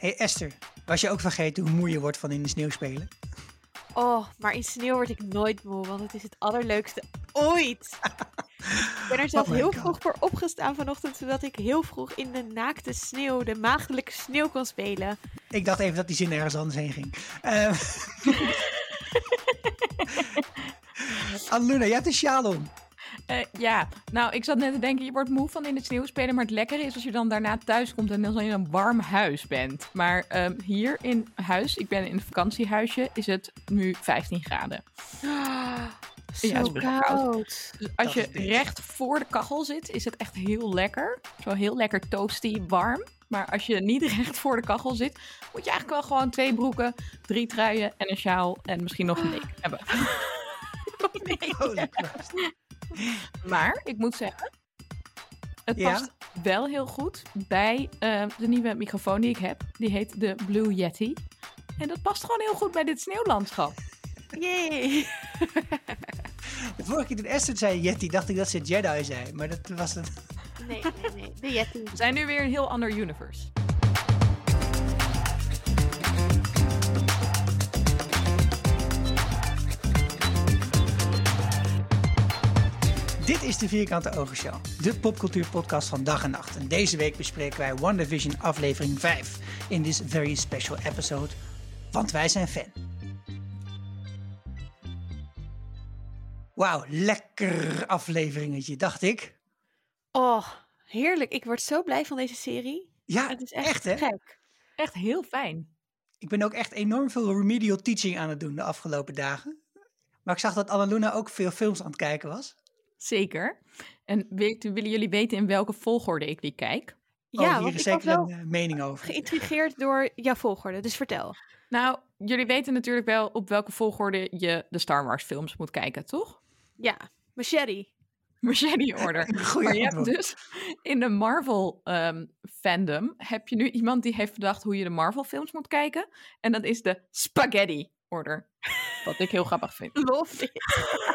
Hey Esther, was je ook vergeten hoe moe je wordt van in de sneeuw spelen? Oh, maar in sneeuw word ik nooit moe, want het is het allerleukste ooit. Ik ben er zelfs heel vroeg voor opgestaan vanochtend, zodat ik heel vroeg in de naakte sneeuw, de maagdelijke sneeuw kon spelen. Ik dacht even dat die zin ergens anders heen ging. Annaluna, jij hebt een sjaal om. Ja, nou, ik zat net te denken, je wordt moe van in de sneeuw spelen, maar het lekkere is als je dan daarna thuis komt en dan in een warm huis bent. Maar hier in huis, ik ben in een vakantiehuisje, is het nu 15 graden. Zo Ja, het is best wel koud. Dus als je recht voor de kachel zit, is het echt heel lekker. Zo heel lekker toasty, warm. Maar als je niet recht voor de kachel zit, moet je eigenlijk wel gewoon 2 broeken, 3 truien en een sjaal en misschien nog een deken hebben. Holy Christ. Maar ik moet zeggen, het past wel heel goed bij de nieuwe microfoon die ik heb. Die heet de Blue Yeti. En dat past gewoon heel goed bij dit sneeuwlandschap. Yay! De vorige keer toen Esther zei Yeti, dacht ik dat ze Jedi zei. Maar dat was het. Nee. De Yeti. We zijn nu weer een heel ander universe. Dit is de Vierkante Ogen Show, de popcultuurpodcast van dag en nacht. En deze week bespreken wij WandaVision aflevering 5 in this very special episode, want wij zijn fan. Wauw, lekker afleveringetje, dacht ik. Oh, heerlijk. Ik word zo blij van deze serie. Ja, Het is echt hè? gek. Echt heel fijn. Ik ben ook echt enorm veel remedial teaching aan het doen de afgelopen dagen. Maar ik zag dat Annaluna ook veel films aan het kijken was. Zeker. En willen jullie weten in welke volgorde ik die kijk? Ja, hier want is ik was zeker wel een mening over. geïntrigeerd door jouw volgorde, dus vertel. Nou, jullie weten natuurlijk wel op welke volgorde je de Star Wars films moet kijken, toch? Ja, Machete. Machete order. Goeie Maar je hebt antwoord. dus in de Marvel fandom heb je nu iemand die heeft bedacht hoe je de Marvel films moet kijken. En dat is de Spaghetti order. Wat ik heel grappig vind. Love it.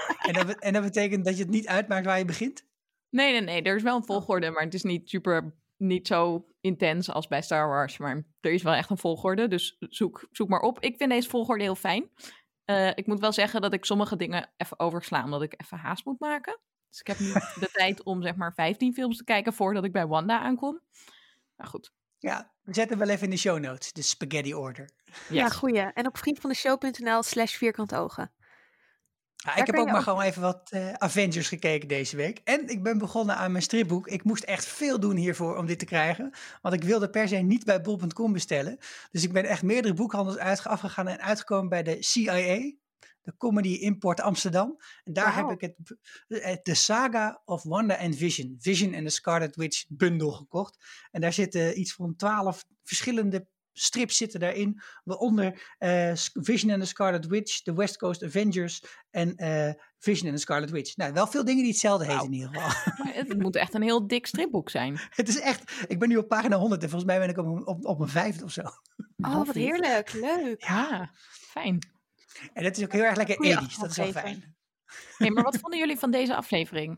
En dat betekent dat je het niet uitmaakt waar je begint? Nee. Er is wel een volgorde, maar het is niet zo intens als bij Star Wars. Maar er is wel echt een volgorde, dus zoek maar op. Ik vind deze volgorde heel fijn. Ik moet wel zeggen dat ik sommige dingen even oversla, omdat ik even haast moet maken. Dus ik heb nu de tijd om zeg maar 15 films te kijken voordat ik bij Wanda aankom. Maar goed. Ja, we zetten hem wel even in de show notes, de spaghetti order. Ja, goeie. En op vriendvandeshow.nl/vierkanteogen. Ja, ik heb ook maar gewoon even wat Avengers gekeken deze week. En ik ben begonnen aan mijn stripboek. Ik moest echt veel doen hiervoor om dit te krijgen. Want ik wilde per se niet bij bol.com bestellen. Dus ik ben echt meerdere boekhandels afgegaan en uitgekomen bij de CIA. De Comedy Import Amsterdam. En daar heb ik de Saga of Wanda and Vision. Vision and the Scarlet Witch bundel gekocht. En daar zitten iets van 12 verschillende strips zitten daarin. Waaronder Vision and the Scarlet Witch, The West Coast Avengers en Vision and the Scarlet Witch. Nou, wel veel dingen die hetzelfde heten in ieder geval. Maar het moet echt een heel dik stripboek zijn. Het is echt, ik ben nu op pagina 100 en volgens mij ben ik op mijn 5e of zo. Oh, wat heerlijk. Leuk. Ja, fijn. En het is ook heel erg lekker Goeie edisch, dat is wel aflevering. fijn. Nee, maar wat vonden jullie van deze aflevering?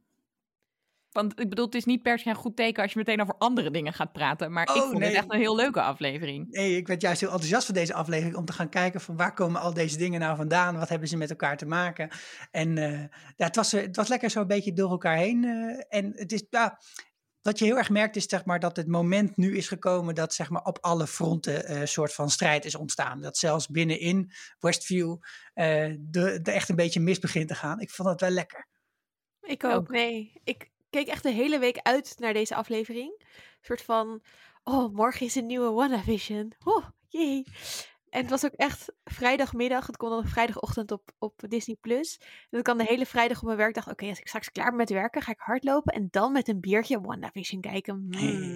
Want ik bedoel, het is niet per se een goed teken als je meteen over andere dingen gaat praten. Maar ik vond het echt een heel leuke aflevering. Nee, ik werd juist heel enthousiast van deze aflevering om te gaan kijken van waar komen al deze dingen nou vandaan? Wat hebben ze met elkaar te maken? En het was lekker zo een beetje door elkaar heen. En het is, wat je heel erg merkt is zeg maar dat het moment nu is gekomen dat zeg maar op alle fronten een soort van strijd is ontstaan. Dat zelfs binnenin Westview echt een beetje mis begint te gaan. Ik vond het wel lekker. Ik ook. Nee, ik keek echt de hele week uit naar deze aflevering. Een soort van, oh, morgen is een nieuwe WandaVision. Oh, jee. En het was ook echt vrijdagmiddag. Het kon dan vrijdagochtend op Disney+. En ik kan de hele vrijdag op mijn werk dacht, oké, als ik straks klaar ben met werken, ga ik hardlopen en dan met een biertje WandaVision kijken.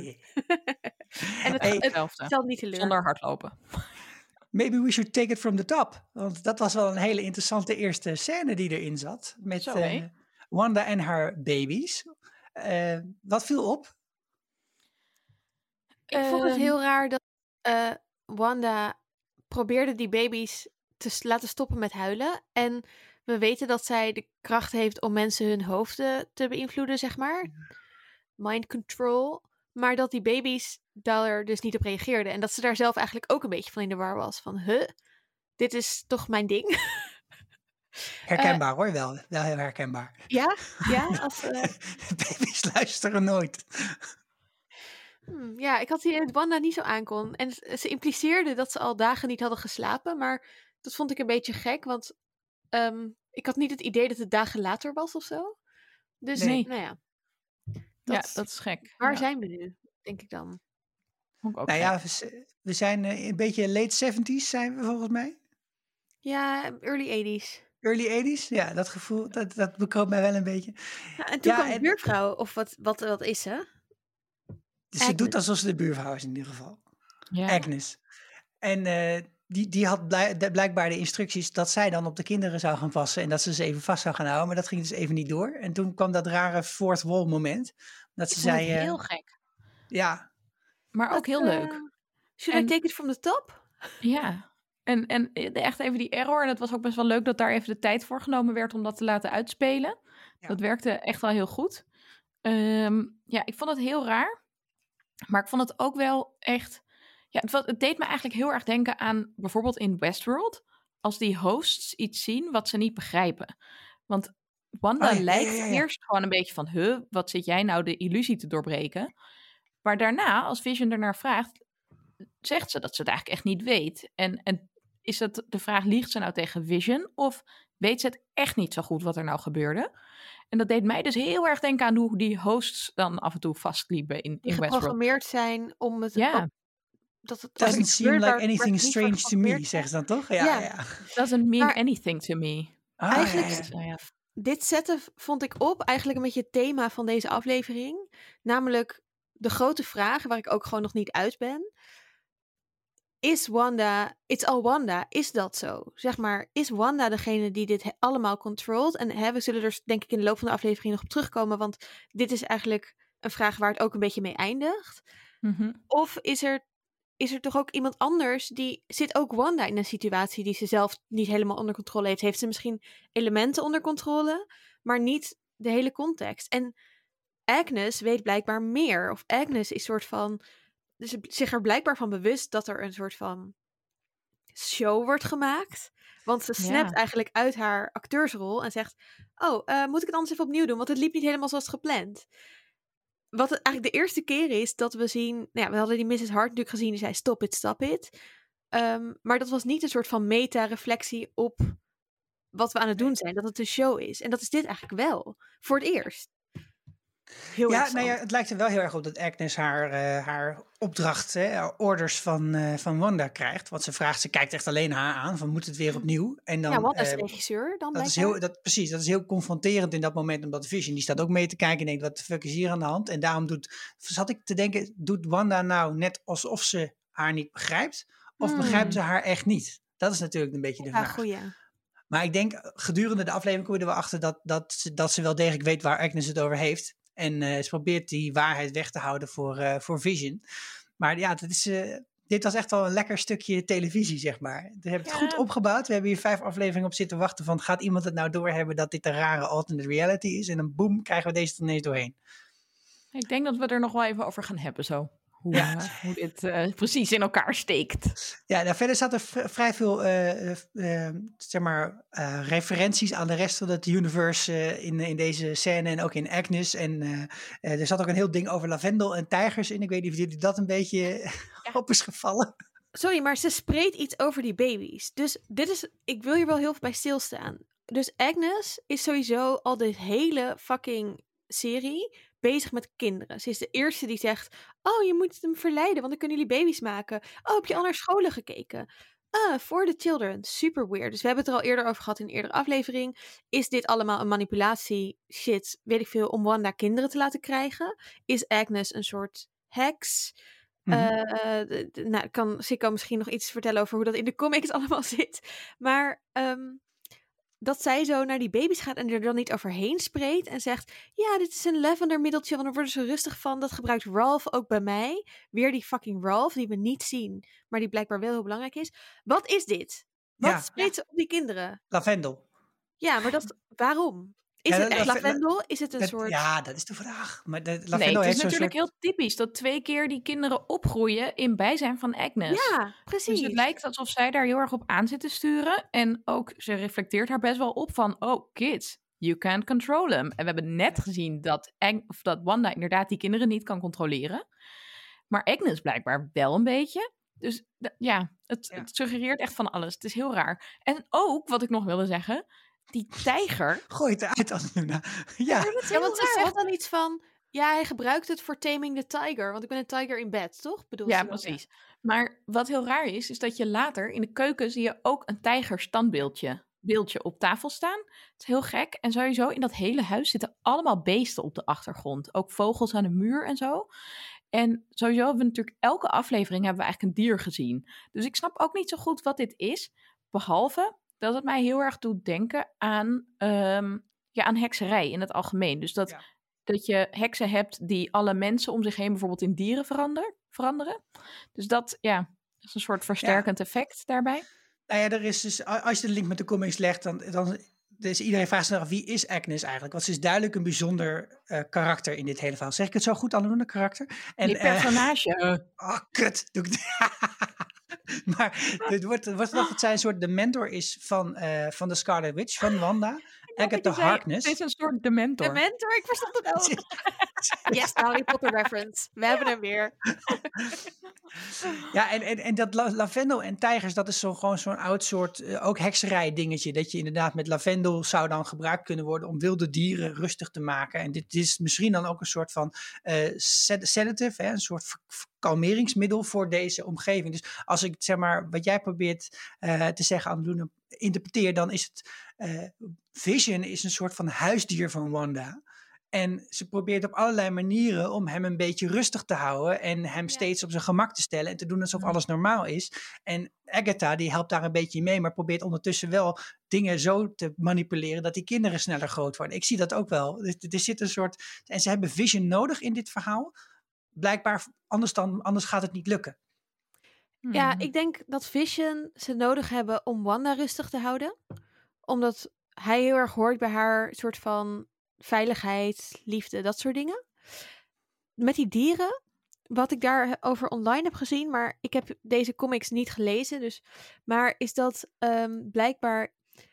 En het stelt niet teleur. Zonder hardlopen. Maybe we should take it from the top. Want dat was wel een hele interessante eerste scène die erin zat. Met Wanda en haar baby's. Wat viel op? Ik vond het heel raar dat Wanda probeerde die baby's te laten stoppen met huilen. En we weten dat zij de kracht heeft om mensen hun hoofden te beïnvloeden, zeg maar. Mind control. Maar dat die baby's daar dus niet op reageerden. En dat ze daar zelf eigenlijk ook een beetje van in de war was. Van, dit is toch mijn ding? Herkenbaar hoor, wel heel herkenbaar. Ja, als... Baby's luisteren nooit. Ja, ik had hier het Wanda niet zo aankon. En ze impliceerde dat ze al dagen niet hadden geslapen. Maar dat vond ik een beetje gek. Want ik had niet het idee dat het dagen later was of zo. Dus Nee. nou ja. Dat is gek. Waar zijn we nu, denk ik dan? Ook nou ja, we zijn een beetje late 70s zijn we volgens mij. Ja, early 80s. Early 80s? Ja, dat gevoel, dat bekroop mij wel een beetje. Ja, en toen kwam de buurvrouw, of wat is ze? Dus ze doet alsof ze de buurvrouw is in ieder geval. Ja. Agnes. En die had blijkbaar de instructies dat zij dan op de kinderen zou gaan passen en dat ze even vast zou gaan houden, maar dat ging dus even niet door. En toen kwam dat rare fourth wall moment. Dat ze zei... heel gek. Ja. Maar ook heel leuk. Should I take it from the top? Ja. En echt even die error. En het was ook best wel leuk dat daar even de tijd voor genomen werd om dat te laten uitspelen. Ja. Dat werkte echt wel heel goed. Ja, ik vond het heel raar. Maar ik vond het ook wel echt... Ja, het deed me eigenlijk heel erg denken aan bijvoorbeeld in Westworld. Als die hosts iets zien wat ze niet begrijpen. Want Wanda lijkt eerst gewoon een beetje van... wat zit jij nou de illusie te doorbreken? Maar daarna, als Vision ernaar vraagt... zegt ze dat ze het eigenlijk echt niet weet. En is het de vraag, liegt ze nou tegen Vision? Of weet ze het echt niet zo goed wat er nou gebeurde? En dat deed mij dus heel erg denken aan hoe die hosts dan af en toe vastliepen in Westworld. Geprogrammeerd zijn om het... Ja. Dat het doesn't seem like anything strange to me, zeggen ze dan toch? Ja. Doesn't mean anything to me. Eigenlijk, dit zetten vond ik op eigenlijk een beetje het thema van deze aflevering. Namelijk de grote vraag, waar ik ook gewoon nog niet uit ben. Is Wanda, it's all Wanda, is dat zo? Zeg maar, is Wanda degene die dit allemaal controlt? En we zullen er denk ik in de loop van de aflevering nog op terugkomen, want dit is eigenlijk een vraag waar het ook een beetje mee eindigt. Mm-hmm. Of is er toch ook iemand anders die... Zit ook Wanda in een situatie die ze zelf niet helemaal onder controle heeft? Heeft ze misschien elementen onder controle, maar niet de hele context? En Agnes weet blijkbaar meer. Of Agnes is soort van... Dus zich er blijkbaar van bewust dat er een soort van show wordt gemaakt. Want ze snapt eigenlijk uit haar acteursrol en zegt... moet ik het anders even opnieuw doen? Want het liep niet helemaal zoals gepland. Wat het eigenlijk de eerste keer is dat we zien... Nou ja, we hadden die Mrs. Hart natuurlijk gezien. Die zei stop it. Maar dat was niet een soort van meta-reflectie op wat we aan het doen zijn. Dat het een show is. En dat is dit eigenlijk wel. Voor het eerst. Het lijkt er wel heel erg op dat Agnes haar opdracht, orders van Wanda krijgt. Want ze kijkt echt alleen haar aan, van moet het weer opnieuw? En dan, Wanda is de regisseur dan precies, dat is heel confronterend in dat moment, omdat Vision, die staat ook mee te kijken en denkt, wat de fuck is hier aan de hand? En daarom zat ik te denken, doet Wanda nou net alsof ze haar niet begrijpt? Of begrijpt ze haar echt niet? Dat is natuurlijk een beetje de vraag. Goeie. Maar ik denk, gedurende de aflevering kom je er wel achter dat ze wel degelijk weet waar Agnes het over heeft. En ze probeert die waarheid weg te houden voor Vision. Maar ja, dit was echt wel een lekker stukje televisie, zeg maar. We hebben het goed opgebouwd. We hebben hier 5 afleveringen op zitten wachten van... gaat iemand het nou doorhebben dat dit een rare alternate reality is? En dan boem, krijgen we deze er ineens doorheen. Ik denk dat we er nog wel even over gaan hebben zo. Hoe dit precies in elkaar steekt. Ja, verder staat er vrij veel referenties aan de rest van het universe in deze scène en ook in Agnes. En er zat ook een heel ding over lavendel en tijgers in. Ik weet niet of jullie dat een beetje op is gevallen. Sorry, maar ze spreekt iets over die baby's. Dus ik wil hier wel heel veel bij stilstaan. Dus Agnes is sowieso al de hele fucking serie bezig met kinderen. Ze is de eerste die zegt... je moet hem verleiden, want dan kunnen jullie baby's maken. Heb je al naar scholen gekeken? For the children. Super weird. Dus we hebben het er al eerder over gehad in een eerdere aflevering. Is dit allemaal een manipulatie? Shit, weet ik veel, om Wanda kinderen te laten krijgen? Is Agnes een soort heks? Kan Sikko misschien nog iets vertellen over hoe dat in de comics allemaal zit. Maar... dat zij zo naar die baby's gaat en er dan niet overheen spreekt en zegt... Ja, dit is een lavender middeltje, want daar worden ze rustig van. Dat gebruikt Ralph ook bij mij. Weer die fucking Ralph, die we niet zien, maar die blijkbaar wel heel belangrijk is. Wat is dit? Wat spreekt ze op die kinderen? Lavendel. Ja, maar waarom? Is Ja, het echt lavendel? Is het een soort... Ja, dat is de vraag. Maar lavendel Nee, het is heeft natuurlijk soort... heel typisch dat 2 keer die kinderen opgroeien in bijzijn van Agnes. Ja, precies. Dus het lijkt alsof zij daar heel erg op aan zit te sturen. En ook, ze reflecteert haar best wel op van, oh, kids, you can't control them. En we hebben net gezien dat Wanda inderdaad die kinderen niet kan controleren. Maar Agnes blijkbaar wel een beetje. Dus het suggereert echt van alles. Het is heel raar. En ook, wat ik nog wilde zeggen, die tijger... Gooi het eruit, Annalena. Ja, want ze zegt dan iets van... Ja, hij gebruikt het voor taming the tiger. Want ik ben een tiger in bed, toch? Bedoel Ja, ze dan? precies. Maar wat heel raar is dat je later in de keuken zie je ook een tijgerstandbeeldje op tafel staan. Het is heel gek. En sowieso in dat hele huis zitten allemaal beesten op de achtergrond. Ook vogels aan de muur en zo. En sowieso hebben we natuurlijk elke aflevering hebben we eigenlijk een dier gezien. Dus ik snap ook niet zo goed wat dit is. Behalve dat het mij heel erg doet denken aan hekserij in het algemeen. Dus dat je heksen hebt die alle mensen om zich heen bijvoorbeeld in dieren veranderen. Dus dat is een soort versterkend effect daarbij. Nou ja, er is dus, als je de link met de comics legt, dan dus iedereen vraagt zich af, wie is Agnes eigenlijk? Want ze is duidelijk een bijzonder karakter in dit hele verhaal. Zeg ik het zo goed, Annalena, karakter? En, die personage. Kut. Doe ik maar het wordt dat zij een soort de mentor is van de Scarlet Witch, van Wanda. Agatha Harkness. Het is een soort dementor. Dementor, ik verstond het ook. Yes, Harry Potter reference. We hebben hem weer. Ja, en dat lavendel en tijgers, dat is gewoon zo'n oud soort, ook hekserij dingetje. Dat je inderdaad met lavendel zou dan gebruikt kunnen worden om wilde dieren rustig te maken. En dit is misschien dan ook een soort van sedative, een soort kalmeringsmiddel voor deze omgeving. Dus als ik zeg maar wat jij probeert te zeggen, Annalena, interpreteer, dan is het Vision is een soort van huisdier van Wanda. En ze probeert op allerlei manieren om hem een beetje rustig te houden en hem steeds op zijn gemak te stellen en te doen alsof alles normaal is. En Agatha die helpt daar een beetje mee, maar probeert ondertussen wel dingen zo te manipuleren dat die kinderen sneller groot worden. Ik zie dat ook wel. Er zit een soort... En ze hebben Vision nodig in dit verhaal. Blijkbaar, anders gaat het niet lukken. Ja, ik denk dat Vision ze nodig hebben om Wanda rustig te houden. Omdat hij heel erg hoort bij haar soort van veiligheid, liefde, dat soort dingen. Met die dieren, wat ik daarover online heb gezien, maar ik heb deze comics niet gelezen, dus, maar is dat blijkbaar...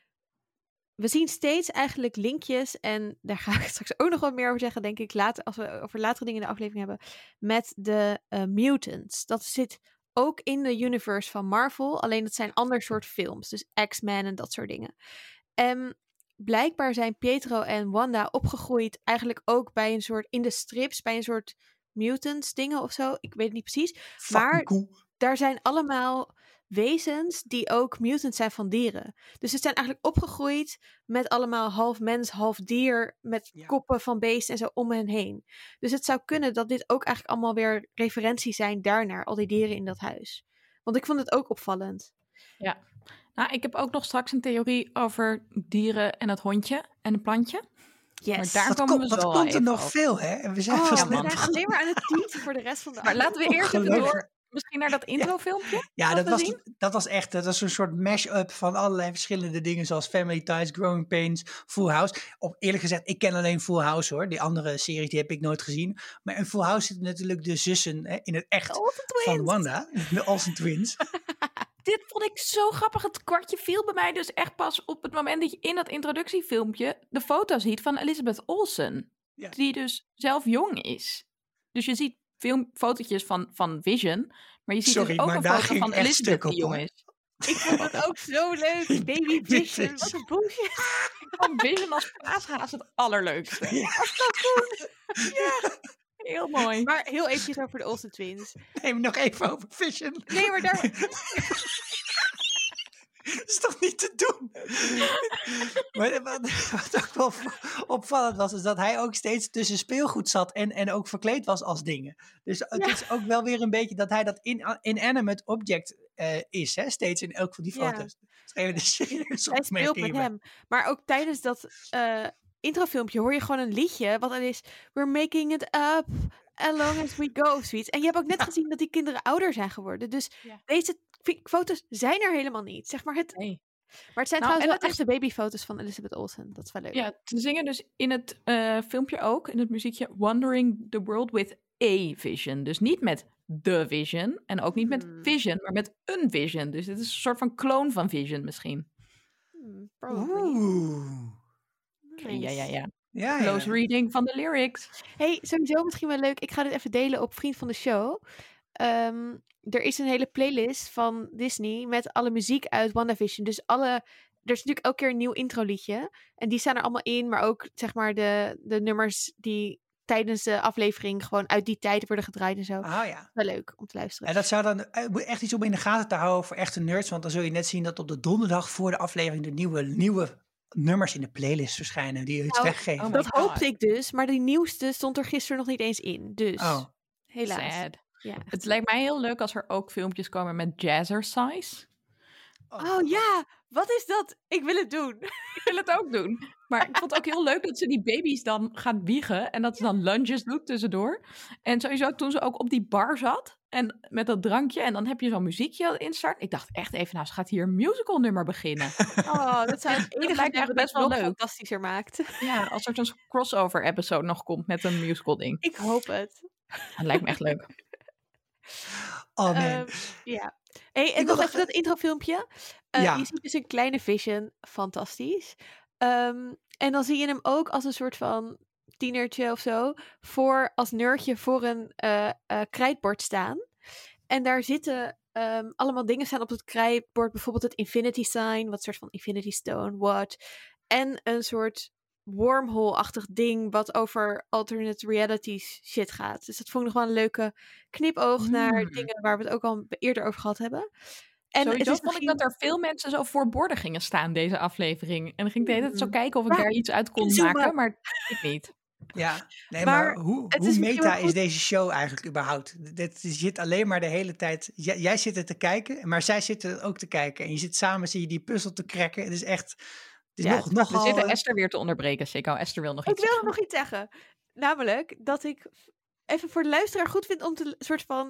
We zien steeds eigenlijk linkjes, en daar ga ik straks ook nog wat meer over zeggen, denk ik, later, als we over latere dingen in de aflevering hebben, met de mutants. Dat zit ook in de universe van Marvel, alleen dat zijn ander soort films, dus X-Men en dat soort dingen. Blijkbaar zijn Pietro en Wanda opgegroeid eigenlijk ook bij een soort, in de strips, bij een soort mutants dingen of zo. Ik weet het niet precies. Maar daar zijn allemaal wezens die ook mutants zijn van dieren. Dus ze zijn eigenlijk opgegroeid met allemaal half mens, half dier, met koppen van beest en zo om hen heen. Dus het zou kunnen dat dit ook eigenlijk allemaal weer referenties zijn daarnaar, al die dieren in dat huis. Want ik vond het ook opvallend. Ja. Nou, ik heb ook nog straks een theorie over dieren en het hondje en het plantje. Yes. Maar daar komen we zo wat komt er nog over. veel, hè? En we zijn we zijn alleen maar aan het teasen voor de rest van de Maar laten we eerst even door misschien naar dat introfilmpje. Ja, dat was een soort mash-up van allerlei verschillende dingen, zoals Family Ties, Growing Pains, Full House. Eerlijk gezegd, ik ken alleen Full House hoor. Die andere series die heb ik nooit gezien. Maar in Full House zitten natuurlijk de zussen in het echt van Wanda. De Olsen Twins. Dit vond ik zo grappig. Het kwartje viel bij mij dus echt pas op het moment dat je in dat introductiefilmpje de foto ziet van Elizabeth Olsen. Ja. Die dus zelf jong is. Dus je ziet fotootjes van Vision, maar je ziet dus ook een foto van Elizabeth die jong is. Ik vond het ook zo leuk. Baby Vision, wat een bullshit. Ik vond Vision als paashaas het allerleukste. Ja. Dat is zo goed. Ja. Heel mooi. Maar heel eventjes over de Olsen Twins. Nee, nog even over Vision. Nee, maar daar... Dat is toch niet te doen? Maar wat ook wel opvallend was, is dat hij ook steeds tussen speelgoed zat en ook verkleed was als dingen. Dus het is ook wel weer een beetje dat hij dat inanimate object is, hè? Steeds in elk van die foto's. Ja. Dat is even de serieuze hij speelt met hem. Maar ook tijdens dat introfilmpje hoor je gewoon een liedje, wat dan is We're making it up as long as we go, zoiets. En je hebt ook net gezien dat die kinderen ouder zijn geworden. Dus deze foto's zijn er helemaal niet. Zeg maar, Maar het zijn trouwens wel echte babyfoto's van Elizabeth Olsen. Dat is wel leuk. Ja, ze zingen dus in het filmpje ook, in het muziekje, Wandering the World with a Vision. Dus niet met the Vision en ook niet met Vision, maar met een Vision. Dus dit is een soort van kloon van Vision misschien. Oeh. Nice. Ja. Close reading van de lyrics. Hey, sowieso misschien wel leuk. Ik ga dit even delen op Vriend van de Show. Er is een hele playlist van Disney met alle muziek uit WandaVision. Dus er is natuurlijk elke keer een nieuw introliedje. En die staan er allemaal in, maar ook zeg maar de nummers die tijdens de aflevering gewoon uit die tijd worden gedraaid en zo. Wel leuk om te luisteren. En dat zou dan echt iets om in de gaten te houden voor echte nerds. Want dan zul je net zien dat op de donderdag voor de aflevering de nieuwe nummers in de playlist verschijnen die iets weggeven. Dat hoopte ik dus, maar die nieuwste stond er gisteren nog niet eens in. Dus helaas. Sad. Ja. Het lijkt mij heel leuk als er ook filmpjes komen met jazzercise. Oh ja, wat is dat? Ik wil het doen. Ik wil het ook doen. Maar ik vond het ook heel leuk dat ze die baby's dan gaat wiegen en dat ze dan lunges doet tussendoor. En sowieso toen ze ook op die bar zat en met dat drankje en dan heb je zo'n muziekje instart. Ik dacht echt even, nou, ze gaat hier een musical nummer beginnen. Oh, dat zou het enige lijkt echt best wel leuk. Fantastischer maakt. Ja, als er zo'n crossover episode nog komt met een musical ding. Ik hoop het. Dat lijkt me echt leuk. Oh man. Ja. Hey, en nog even dat introfilmpje. Je ziet dus een kleine Vision. Fantastisch. En dan zie je hem ook als een soort van tienertje of zo. Als nerdje voor een krijtbord staan. En daar zitten allemaal dingen staan op het krijtbord. Bijvoorbeeld het Infinity Sign. Wat soort van Infinity Stone. What. En een soort wormhole-achtig ding wat over alternate realities shit gaat. Dus dat vond ik nog wel een leuke knipoog naar dingen waar we het ook al eerder over gehad hebben. En sowieso vond ik dat er veel mensen zo voor borden gingen staan deze aflevering. En dan ging ik de hele tijd zo kijken of ik daar iets uit kon maken, maar ik niet. Ja, nee, maar hoe meta is deze show eigenlijk überhaupt? Je zit alleen maar de hele tijd... Jij zit er te kijken, maar zij zitten ook te kijken. En je zit samen, zie je die puzzel te cracken. Het is echt... We zitten Esther weer te onderbreken, Sikko. Esther wil nog iets zeggen. Ik wil nog iets zeggen. Namelijk dat ik even voor de luisteraar goed vind om te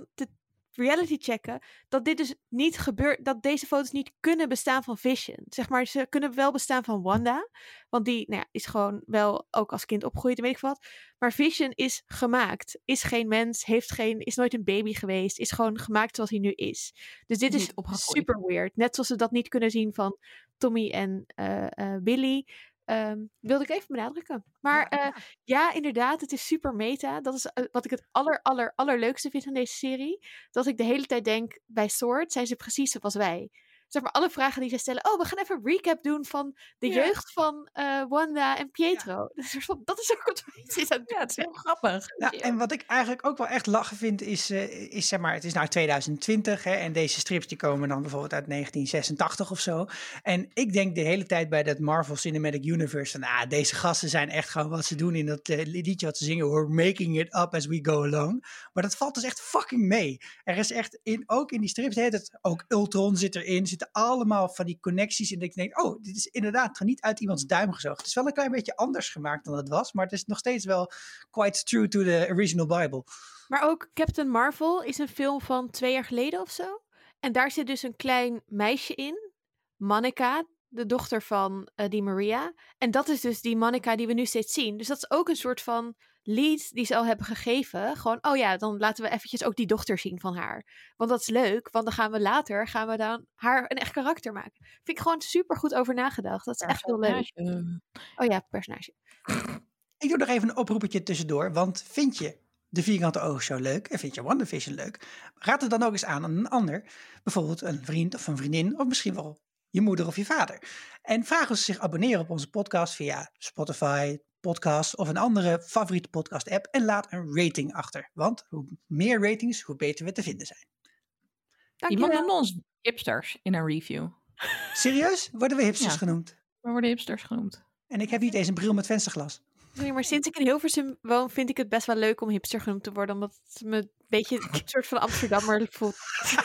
reality checken dat dit dus niet gebeurt, dat deze foto's niet kunnen bestaan van Vision. Zeg maar, ze kunnen wel bestaan van Wanda, want die is gewoon wel ook als kind opgegroeid en weet ik wat. Maar Vision is gemaakt, is geen mens, is nooit een baby geweest, is gewoon gemaakt zoals hij nu is. Dus dit is super weird. Net zoals ze dat niet kunnen zien van Tommy en Billy. Wilde ik even benadrukken. Maar ja, inderdaad, het is super meta. Dat is wat ik het allerleukste vind aan deze serie. Dat ik de hele tijd denk, bij Sword zijn ze precies zoals wij. Zeg maar, alle vragen die ze stellen. Oh, we gaan even een recap doen van de jeugd van Wanda en Pietro. Ja. Dat is ook wat wij zitten aan. Ja, het is heel grappig. Ja, en wat ik eigenlijk ook wel echt lachen vind is zeg maar, het is nou 2020 hè, en deze strips die komen dan bijvoorbeeld uit 1986 of zo. En ik denk de hele tijd bij dat Marvel Cinematic Universe van, deze gasten zijn echt gewoon wat ze doen in dat liedje wat ze zingen. We're making it up as we go along. Maar dat valt dus echt fucking mee. Er is echt, ook in die strips, ook Ultron zit erin, zitten allemaal van die connecties en ik denk, oh, dit is inderdaad niet uit iemands duim gezogen. Het is wel een klein beetje anders gemaakt dan het was, maar het is nog steeds wel quite true to the original Bible. Maar ook Captain Marvel is een film van 2 jaar geleden of zo. En daar zit dus een klein meisje in, Monica, de dochter van die Maria. En dat is dus die Monica die we nu steeds zien. Dus dat is ook een soort van lead die ze al hebben gegeven. Gewoon, oh ja, dan laten we eventjes ook die dochter zien van haar. Want dat is leuk, want dan gaan we dan haar een echt karakter maken. Vind ik gewoon super goed over nagedacht. Dat is echt heel leuk. Oh ja, personage. Ik doe nog even een oproepetje tussendoor, want vind je de Vierkante Oogshow leuk en vind je WandaVision leuk? Raad het dan ook eens aan een ander. Bijvoorbeeld een vriend of een vriendin of misschien wel je moeder of je vader. En vraag of ze zich abonneren op onze podcast via Spotify, podcast of een andere favoriete podcast app en laat een rating achter. Want hoe meer ratings, hoe beter we te vinden zijn. Iemand noemde ons hipsters in een review. Serieus? Worden we hipsters genoemd? We worden hipsters genoemd. En ik heb niet eens een bril met vensterglas. Nee, maar sinds ik in Hilversum woon, vind ik het best wel leuk om hipster genoemd te worden. Omdat het me een beetje een soort van Amsterdammer voelt.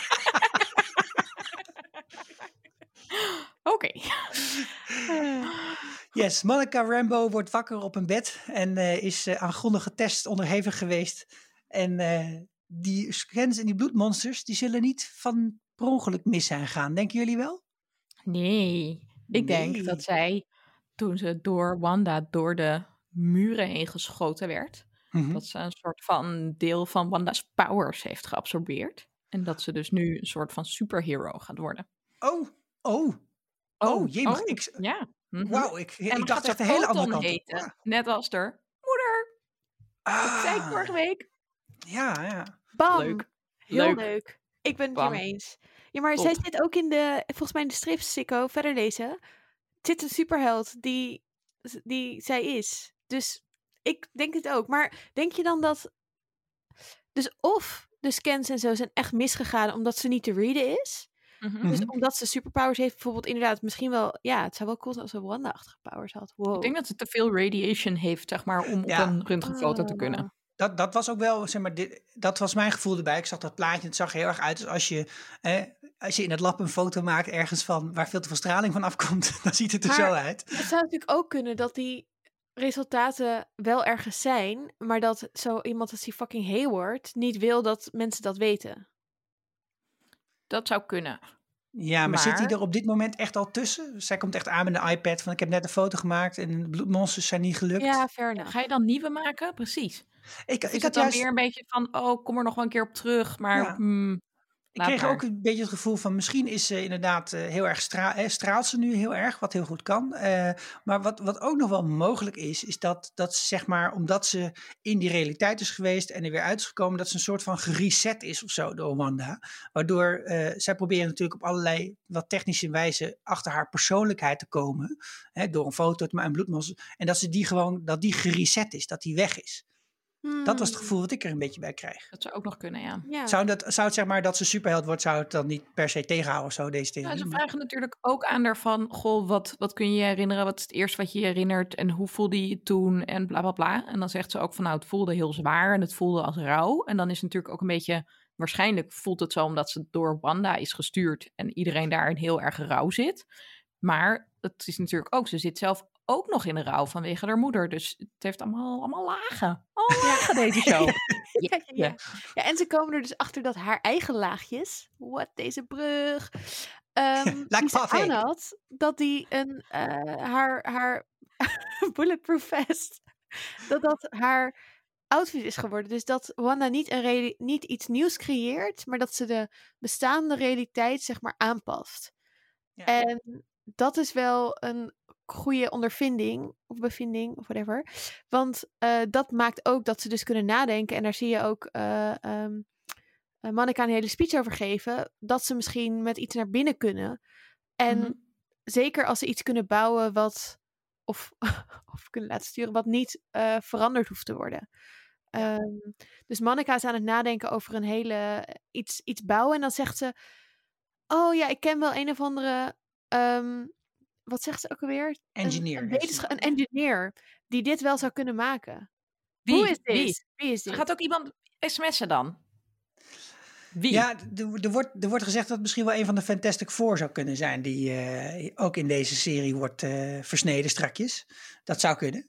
Oké. Yes, Monica Rambeau wordt wakker op een bed en is aan grondige test onderhevig geweest. En die scans en die bloedmonsters, die zullen niet van per ongeluk mis zijn gegaan. Denken jullie wel? Nee. Ik denk dat zij, toen ze door Wanda door de muren heen geschoten werd, dat ze een soort van deel van Wanda's powers heeft geabsorbeerd. En dat ze dus nu een soort van superhero gaat worden. Jemig. Ja. Wauw, ik dacht echt een hele andere kant heten, wow. Net als de moeder. Dat zei ik vorige week. Ja. Bam. Leuk. Heel leuk. Ik ben het hiermee eens. Ja, maar zij zit ook volgens mij in de strips, Sikko, verder lezen, zit een superheld die zij is. Dus ik denk het ook. Maar denk je dan dat... Dus of de scans en zo zijn echt misgegaan omdat ze niet te readen is. Dus omdat ze superpowers heeft, bijvoorbeeld inderdaad misschien wel... Ja, het zou wel cool zijn als ze Wanda-achtige powers had. Wow. Ik denk dat ze te veel radiation heeft, zeg maar, om op een röntgenfoto te kunnen. Dat was ook wel, zeg maar, dat was mijn gevoel erbij. Ik zag dat plaatje, het zag er heel erg uit. Dus als je in het lab een foto maakt ergens van waar veel te veel straling van afkomt, dan ziet het er zo uit. Het zou natuurlijk ook kunnen dat die resultaten wel ergens zijn, maar dat zo iemand als die fucking Hayward niet wil dat mensen dat weten. Dat zou kunnen. Ja, maar zit hij er op dit moment echt al tussen? Zij komt echt aan met een iPad van ik heb net een foto gemaakt en de bloedmonsters zijn niet gelukt. Ja, fair enough. Ga je dan nieuwe maken? Precies. Ik had had dan juist... weer een beetje van, kom er nog wel een keer op terug, maar... Ik kreeg ook een beetje het gevoel van misschien is ze inderdaad heel erg straalt ze nu heel erg, wat heel goed kan. Maar wat ook nog wel mogelijk is dat ze zeg maar, omdat ze in die realiteit is geweest en er weer uit is gekomen, dat ze een soort van gereset is of zo door Wanda. Waardoor zij proberen natuurlijk op allerlei wat technische wijze achter haar persoonlijkheid te komen. Door een foto te maken, een bloedmonster. En dat ze dat die gereset is, dat die weg is. Dat was het gevoel wat ik er een beetje bij krijg. Dat zou ook nog kunnen, ja. Zou het zeg maar dat ze superheld wordt, zou het dan niet per se tegenhouden of zo, deze theorie? Ze vragen natuurlijk ook aan daarvan, goh, wat kun je je herinneren? Wat is het eerste wat je herinnert? En hoe voelde je je toen? En bla bla bla. En dan zegt ze ook van, het voelde heel zwaar en het voelde als rouw. En dan is het natuurlijk ook een beetje, waarschijnlijk voelt het zo omdat ze door Wanda is gestuurd en iedereen daar in heel erg rouw zit. Maar het is natuurlijk ook, ze zit zelf ook nog in de rouw vanwege haar moeder. Dus het heeft allemaal lagen. Lagen deze show. Ja, en ze komen er dus achter dat haar eigen laagjes, deze brug, die ze aan had, dat die haar bulletproof vest, dat haar outfit is geworden. Dus dat Wanda niet iets nieuws creëert, maar dat ze de bestaande realiteit zeg maar aanpast. Ja. En dat is wel een goede ondervinding of bevinding of whatever. Want dat maakt ook dat ze dus kunnen nadenken. En daar zie je ook Monica een hele speech over geven. Dat ze misschien met iets naar binnen kunnen. En zeker als ze iets kunnen bouwen wat of kunnen laten sturen wat niet veranderd hoeft te worden. Dus Monica is aan het nadenken over een hele iets bouwen. En dan zegt ze, oh ja, ik ken wel een of andere... wat zegt ze ook alweer? Engineer. Een engineer die dit wel zou kunnen maken. Wie is dit? Gaat ook iemand sms'en dan? Wie? Ja, er wordt gezegd dat het misschien wel een van de Fantastic Four zou kunnen zijn, die ook in deze serie wordt versneden strakjes. Dat zou kunnen.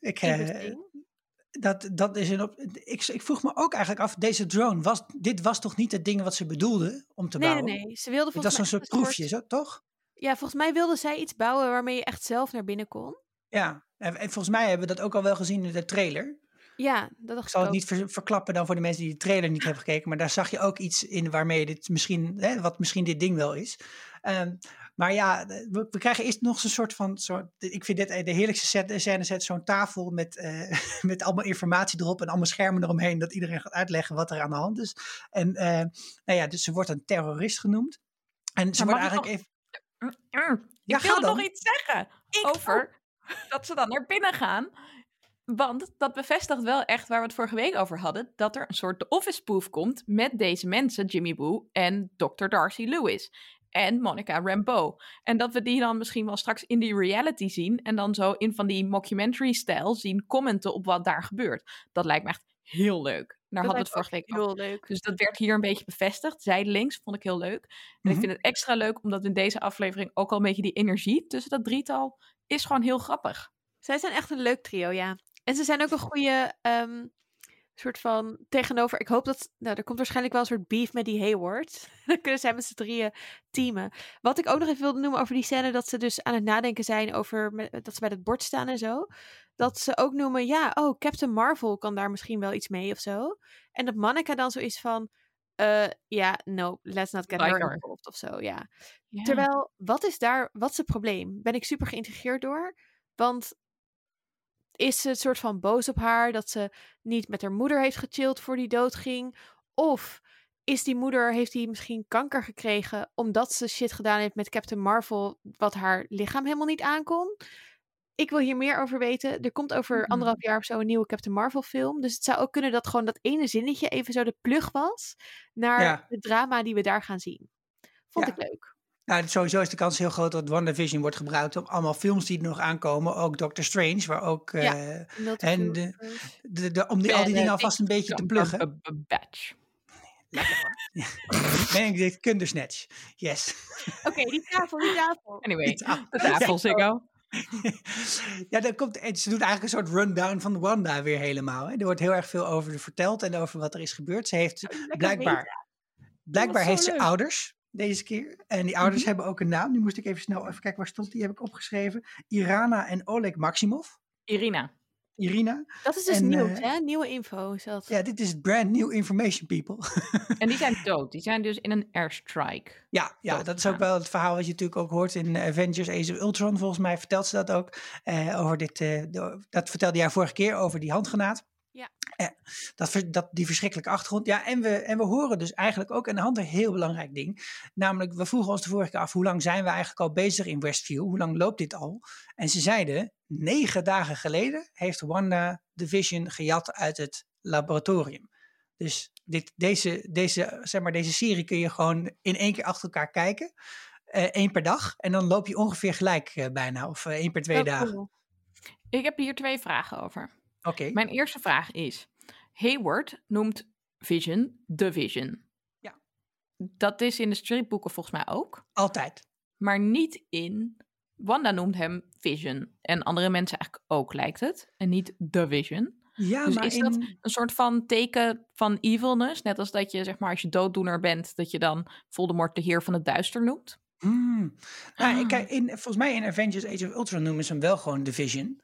Dat is ik vroeg me ook eigenlijk af, deze drone, dit was toch niet het ding wat ze bedoelde om te bouwen? Nee. Ze wilde dat was zo'n soort proefje, toch? Ja, volgens mij wilde zij iets bouwen waarmee je echt zelf naar binnen kon. Ja, en volgens mij hebben we dat ook al wel gezien in de trailer. Ja, dat dacht ik zal het niet verklappen dan voor de mensen die de trailer niet hebben gekeken. Maar daar zag je ook iets in waarmee dit misschien, wat misschien dit ding wel is. Maar ja, we krijgen eerst nog zo'n soort van... ik vind dit de heerlijkste scène, zo'n tafel met allemaal informatie erop en allemaal schermen eromheen. Dat iedereen gaat uitleggen wat er aan de hand is. En dus ze wordt een terrorist genoemd. En ze wordt eigenlijk even... Ik wil nog iets zeggen over dat ze dan naar binnen gaan. Want dat bevestigt wel echt waar we het vorige week over hadden. Dat er een soort The Office spoof komt met deze mensen, Jimmy Woo en Dr. Darcy Lewis. En Monica Rambeau. En dat we die dan misschien wel straks in die reality zien. En dan zo in van die mockumentary-stijl zien commenten op wat daar gebeurt. Dat lijkt me echt heel leuk. Daar hadden we het vorige week heel leuk. Dus dat werd hier een beetje bevestigd. Zijdelings vond ik heel leuk. En ik vind het extra leuk omdat in deze aflevering ook al een beetje die energie tussen dat drietal is gewoon heel grappig. Zij zijn echt een leuk trio, ja. En ze zijn ook een goede soort van tegenover... Ik hoop dat... Nou, er komt waarschijnlijk wel een soort beef met die Hayward. Dan kunnen zij met z'n drieën teamen. Wat ik ook nog even wilde noemen over die scène... dat ze dus aan het nadenken zijn over... dat ze bij het bord staan en zo. Dat ze ook noemen... Ja, Captain Marvel kan daar misschien wel iets mee of zo. En dat Monica dan zo is van... no, let's not get her involved of zo, ja. Yeah. Terwijl, wat is het probleem? Ben ik super geïntegreerd door? Want is ze het soort van boos op haar dat ze niet met haar moeder heeft gechilled voor die dood ging? Of heeft die misschien kanker gekregen omdat ze shit gedaan heeft met Captain Marvel wat haar lichaam helemaal niet aankon? Ik wil hier meer over weten. Er komt over 1,5 jaar of zo een nieuwe Captain Marvel film. Dus het zou ook kunnen dat gewoon dat ene zinnetje even zo de plug was naar het drama die we daar gaan zien. Vond ik leuk. Nou, sowieso is de kans heel groot dat WandaVision wordt gebruikt op allemaal films die er nog aankomen. Ook Doctor Strange, waar ook... om al die dingen alvast een beetje te pluggen. Batch. Lekker hoor. Benedict Cumberbatch. Yes. Oké, die tafel. Anyway, de tafel, Ziggo. Ja, ze doet eigenlijk een soort rundown van Wanda weer helemaal. Hè. Er wordt heel erg veel over verteld en over wat er is gebeurd. Ze heeft blijkbaar heeft ze ouders deze keer. En die ouders hebben ook een naam. Nu moest ik even snel even kijken waar stond. Die heb ik opgeschreven. Irana en Oleg Maximov. Irina. Dat is dus nieuw, hè? Nieuwe info is dat. Ja, dit is brand new information, people. En die zijn dood. Die zijn dus in een airstrike. Ja, dat is ook wel het verhaal wat je natuurlijk ook hoort in Avengers Age of Ultron. Volgens mij vertelt ze dat ook. Over dat vertelde jij vorige keer over die handgranaat. Ja. Die verschrikkelijke achtergrond. Ja, en we horen dus eigenlijk ook aan de hand een heel belangrijk ding. Namelijk, we vroegen ons de vorige keer af, hoe lang zijn we eigenlijk al bezig in Westview? Hoe lang loopt dit al? En ze zeiden, 9 dagen geleden heeft Wanda de Vision gejat uit het laboratorium. Dus deze serie kun je gewoon in 1 keer achter elkaar kijken. 1 per dag. En dan loop je ongeveer gelijk bijna. Of 1 per 2 dagen. Cool. Ik heb hier 2 vragen over. Okay. Mijn eerste vraag is, Hayward noemt Vision de Vision. Ja. Dat is in de stripboeken volgens mij ook. Altijd. Maar niet in... Wanda noemt hem Vision. En andere mensen eigenlijk ook, lijkt het. En niet de Vision. Ja, dus maar is dat een soort van teken van evilness? Net als dat je, zeg maar, als je dooddoener bent, dat je dan Voldemort de heer van het duister noemt? Nou, kijk, volgens mij in Avengers Age of Ultron noemen ze hem wel gewoon de Vision.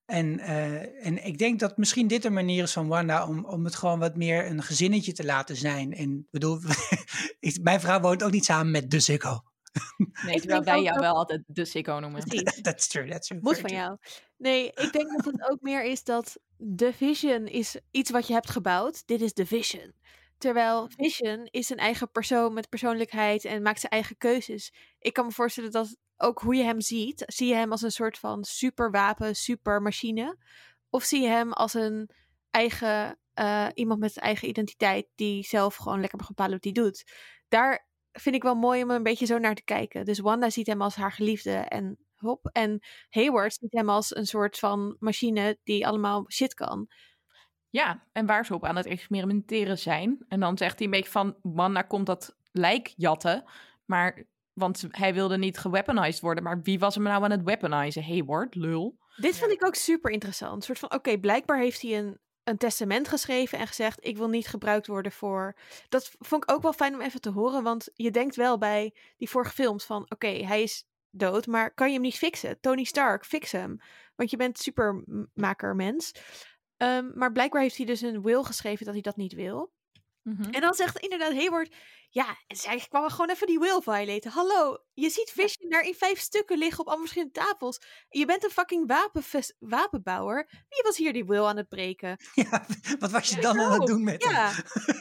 En ik denk dat misschien dit een manier is van Wanda om het gewoon wat meer een gezinnetje te laten zijn. En bedoel, mijn vrouw woont ook niet samen met de Ziggo. Nee, terwijl wij jou wel altijd de Ziggo noemen. That's true. Moet van jou. Nee, ik denk dat het ook meer is dat de Vision is iets wat je hebt gebouwd. Dit is de Vision. Terwijl Vision is een eigen persoon met persoonlijkheid en maakt zijn eigen keuzes. Ik kan me voorstellen dat ook hoe je hem ziet, zie je hem als een soort van superwapen, supermachine? Of zie je hem als een eigen, iemand met zijn eigen identiteit die zelf gewoon lekker mag bepalen wat hij doet? Daar vind ik wel mooi om een beetje zo naar te kijken. Dus Wanda ziet hem als haar geliefde en Hayward ziet hem als een soort van machine die allemaal shit kan. Ja, en waar ze op aan het experimenteren zijn. En dan zegt hij een beetje van, Wanda komt dat lijk jatten, maar... Want hij wilde niet geweaponized worden. Maar wie was hem nou aan het weaponizen? Hayward, lul. Dit vind ik ook super interessant. Een soort van, oké, blijkbaar heeft hij een testament geschreven en gezegd, ik wil niet gebruikt worden voor... Dat vond ik ook wel fijn om even te horen. Want je denkt wel bij die vorige films van, oké, hij is dood, maar kan je hem niet fixen? Tony Stark, fix hem. Want je bent supermaker mens. Maar blijkbaar heeft hij dus een will geschreven dat hij dat niet wil. Mm-hmm. En dan zegt inderdaad Hayward, ja, en zij kwam gewoon even die will violaten. Hallo, je ziet Vision daar in 5 stukken liggen op allemaal verschillende tafels. Je bent een fucking wapenbouwer. Wie was hier die will aan het breken? Ja, wat was je dan aan het doen met hem?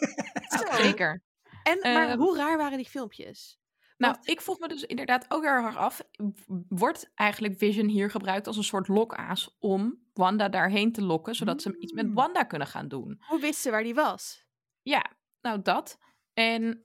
Zeker. Maar hoe raar waren die filmpjes? Nou, ik vroeg me dus inderdaad ook heel erg af, wordt eigenlijk Vision hier gebruikt als een soort lokaas om Wanda daarheen te lokken, zodat ze iets met Wanda kunnen gaan doen? Hoe wist ze waar die was? Ja, nou dat. En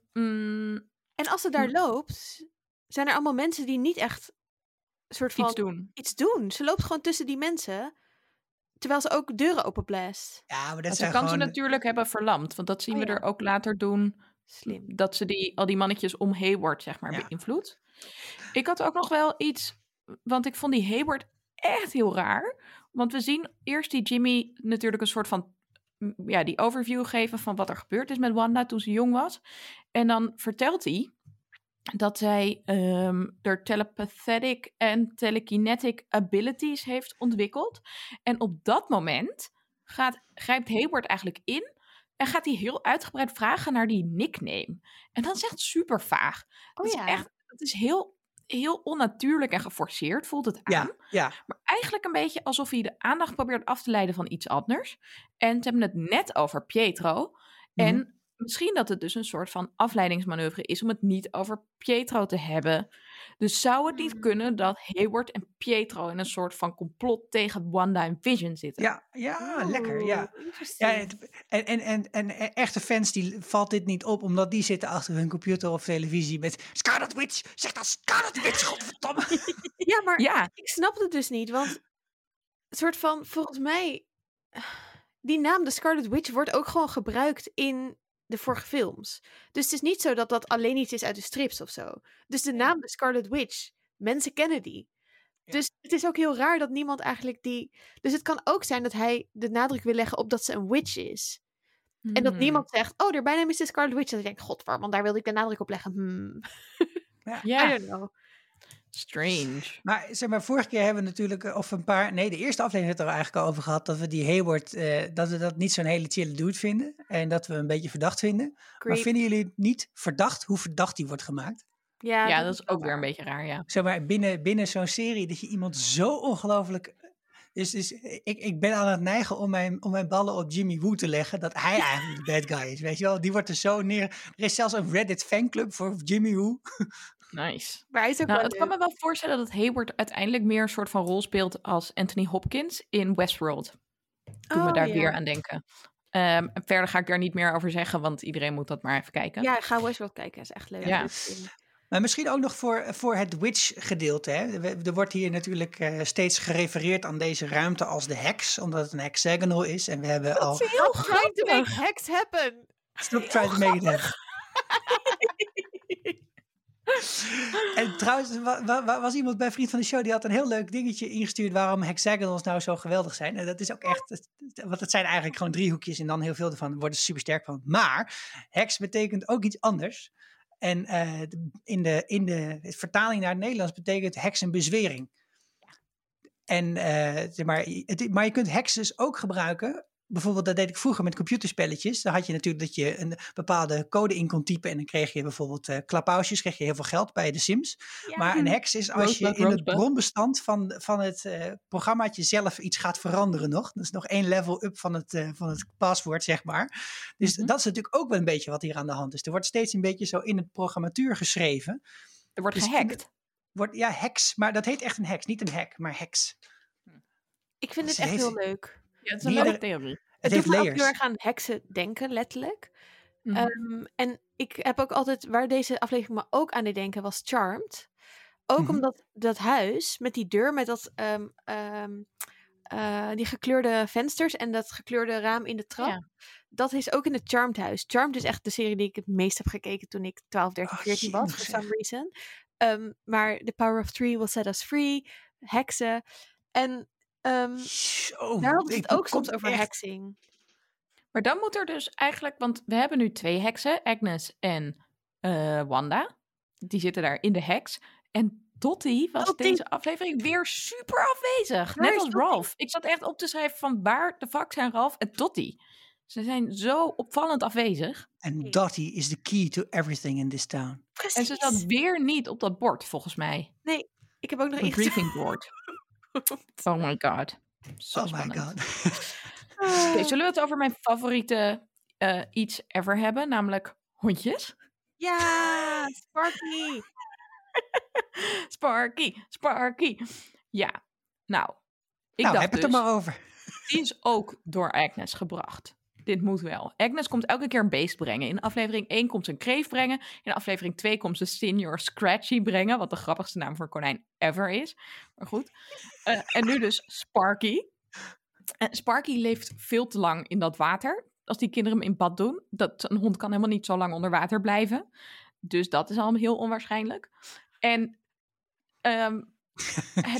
als ze daar loopt, zijn er allemaal mensen die niet echt soort van iets doen. Ze loopt gewoon tussen die mensen, terwijl ze ook deuren openblaast. Ja, maar ze kan ze natuurlijk hebben verlamd, want dat zien we er ook later doen. Slim. Dat ze al die mannetjes om Hayward, zeg maar, beïnvloedt. Ik had ook nog wel iets, want ik vond die Hayward echt heel raar. Want we zien eerst die Jimmy natuurlijk een soort van die overview geven van wat er gebeurd is met Wanda toen ze jong was. En dan vertelt hij dat zij er telepathic en telekinetic abilities heeft ontwikkeld. En op dat moment grijpt Hayward eigenlijk in en gaat hij heel uitgebreid vragen naar die nickname. En dat is echt super vaag. Het is heel, heel onnatuurlijk en geforceerd, voelt het aan. Ja. Maar eigenlijk een beetje alsof hij de aandacht probeert af te leiden van iets anders. En ze hebben het net over Pietro. En misschien dat het dus een soort van afleidingsmanoeuvre is om het niet over Pietro te hebben. Dus zou het niet kunnen dat Hayward en Pietro in een soort van complot tegen Wanda en Vision zitten? Ja, lekker, ja. En echte fans, die valt dit niet op, omdat die zitten achter hun computer of televisie met Scarlet Witch, zeg dat Scarlet Witch, godverdomme. Ja, maar ik snap het dus niet, want soort van, volgens mij, die naam, de Scarlet Witch, wordt ook gewoon gebruikt in de vorige films. Dus het is niet zo dat dat alleen iets is uit de strips of zo. Dus de naam de Scarlet Witch, mensen kennen die. Ja. Dus het is ook heel raar dat niemand eigenlijk die... Dus het kan ook zijn dat hij de nadruk wil leggen op dat ze een witch is. En dat niemand zegt, oh, haar bijnaam is de Scarlet Witch. Dat ik denk, godver, want daar wilde ik de nadruk op leggen. I don't know. Strange. Maar zeg maar, vorige keer hebben we natuurlijk, de eerste aflevering hebben we er eigenlijk al over gehad, dat we die Hayward, dat we dat niet zo'n hele chille dude vinden. En dat we een beetje verdacht vinden. Maar vinden jullie het niet verdacht hoe verdacht die wordt gemaakt? Ja, dat is ook weer een beetje raar, ja. Zeg maar, binnen zo'n serie, dat je iemand zo ongelooflijk... Dus ik ben aan het neigen om mijn ballen op Jimmy Woo te leggen, dat hij eigenlijk de bad guy is, weet je wel. Die wordt er zo neer... Er is zelfs een Reddit fanclub voor Jimmy Woo. Nice. Maar hij is ook het kan me wel voorstellen dat Hayward uiteindelijk meer een soort van rol speelt als Anthony Hopkins in Westworld. Toen we daar weer aan denken. Verder ga ik daar niet meer over zeggen, want iedereen moet dat maar even kijken. Ja, ga Westworld kijken, is echt leuk. Ja. Maar misschien ook nog voor het Witch-gedeelte. Er wordt hier natuurlijk steeds gerefereerd aan deze ruimte als de hex, omdat het een hexagonal is. En we hebben al... Stop trying to make hex happen. Stop trying to make it happen. En trouwens, was iemand bij Vriend van de Show, die had een heel leuk dingetje ingestuurd waarom hexagonals nou zo geweldig zijn. En dat is ook echt, want het zijn eigenlijk gewoon driehoekjes en dan heel veel ervan worden ze super sterk van. Maar hex betekent ook iets anders. En in de vertaling naar het Nederlands betekent heks een bezwering. En, maar je kunt heks dus ook gebruiken. Bijvoorbeeld, dat deed ik vroeger met computerspelletjes. Dan had je natuurlijk dat je een bepaalde code in kon typen. En dan kreeg je bijvoorbeeld klapausjes, kreeg je heel veel geld bij de Sims. Ja. Maar een heks is als je in het bronbestand van het programmaatje zelf iets gaat veranderen nog. Dat is nog 1 level up van het paswoord, zeg maar. Dus dat is natuurlijk ook wel een beetje wat hier aan de hand is. Er wordt steeds een beetje zo in het programmatuur geschreven. Er wordt gehackt. Ja, heks. Maar dat heet echt een heks. Niet een hack, maar heks. Ik vind het echt heel leuk. Ja, het is een leuke theorie. Het doet heeft me layers. ook heel erg aan heksen denken, letterlijk. En ik heb ook altijd, waar deze aflevering me ook aan deed denken, was Charmed. Ook omdat dat huis met die deur, met dat die gekleurde vensters en dat gekleurde raam in de trap. Dat is ook in het Charmed huis. Charmed is echt de serie die ik het meest heb gekeken toen ik 12, 13, 14 was, for some reason. Maar The Power of Three Will Set Us Free, heksen. En daar hadden we het ook soms over hexing. Maar dan moet er dus eigenlijk, want we hebben nu 2 heksen, Agnes en Wanda. Die zitten daar in de heks. En Dottie was deze aflevering weer super afwezig. Net als Ralph. Ik zat echt op te schrijven van waar de fuck zijn Ralph en Dottie. Ze zijn zo opvallend afwezig. En Dottie is the key to everything in this town. Precies. En ze zat weer niet op dat bord, volgens mij. Nee, ik heb ook nog een briefing board. Oh my god. Oh my god. Okay, zullen we het over mijn favoriete iets ever hebben, namelijk hondjes? Ja, Sparky. Sparky. Ja, nou. Ik dacht heb het er maar over. Die is ook door Agnes gebracht. Dit moet wel. Agnes komt elke keer een beest brengen. In aflevering 1 komt ze een kreeft brengen. In aflevering 2 komt ze Senior Scratchy brengen. Wat de grappigste naam voor een konijn ever is. Maar goed. En nu dus Sparky. Sparky leeft veel te lang in dat water. Als die kinderen hem in bad doen. Een hond kan helemaal niet zo lang onder water blijven. Dus dat is al heel onwaarschijnlijk. En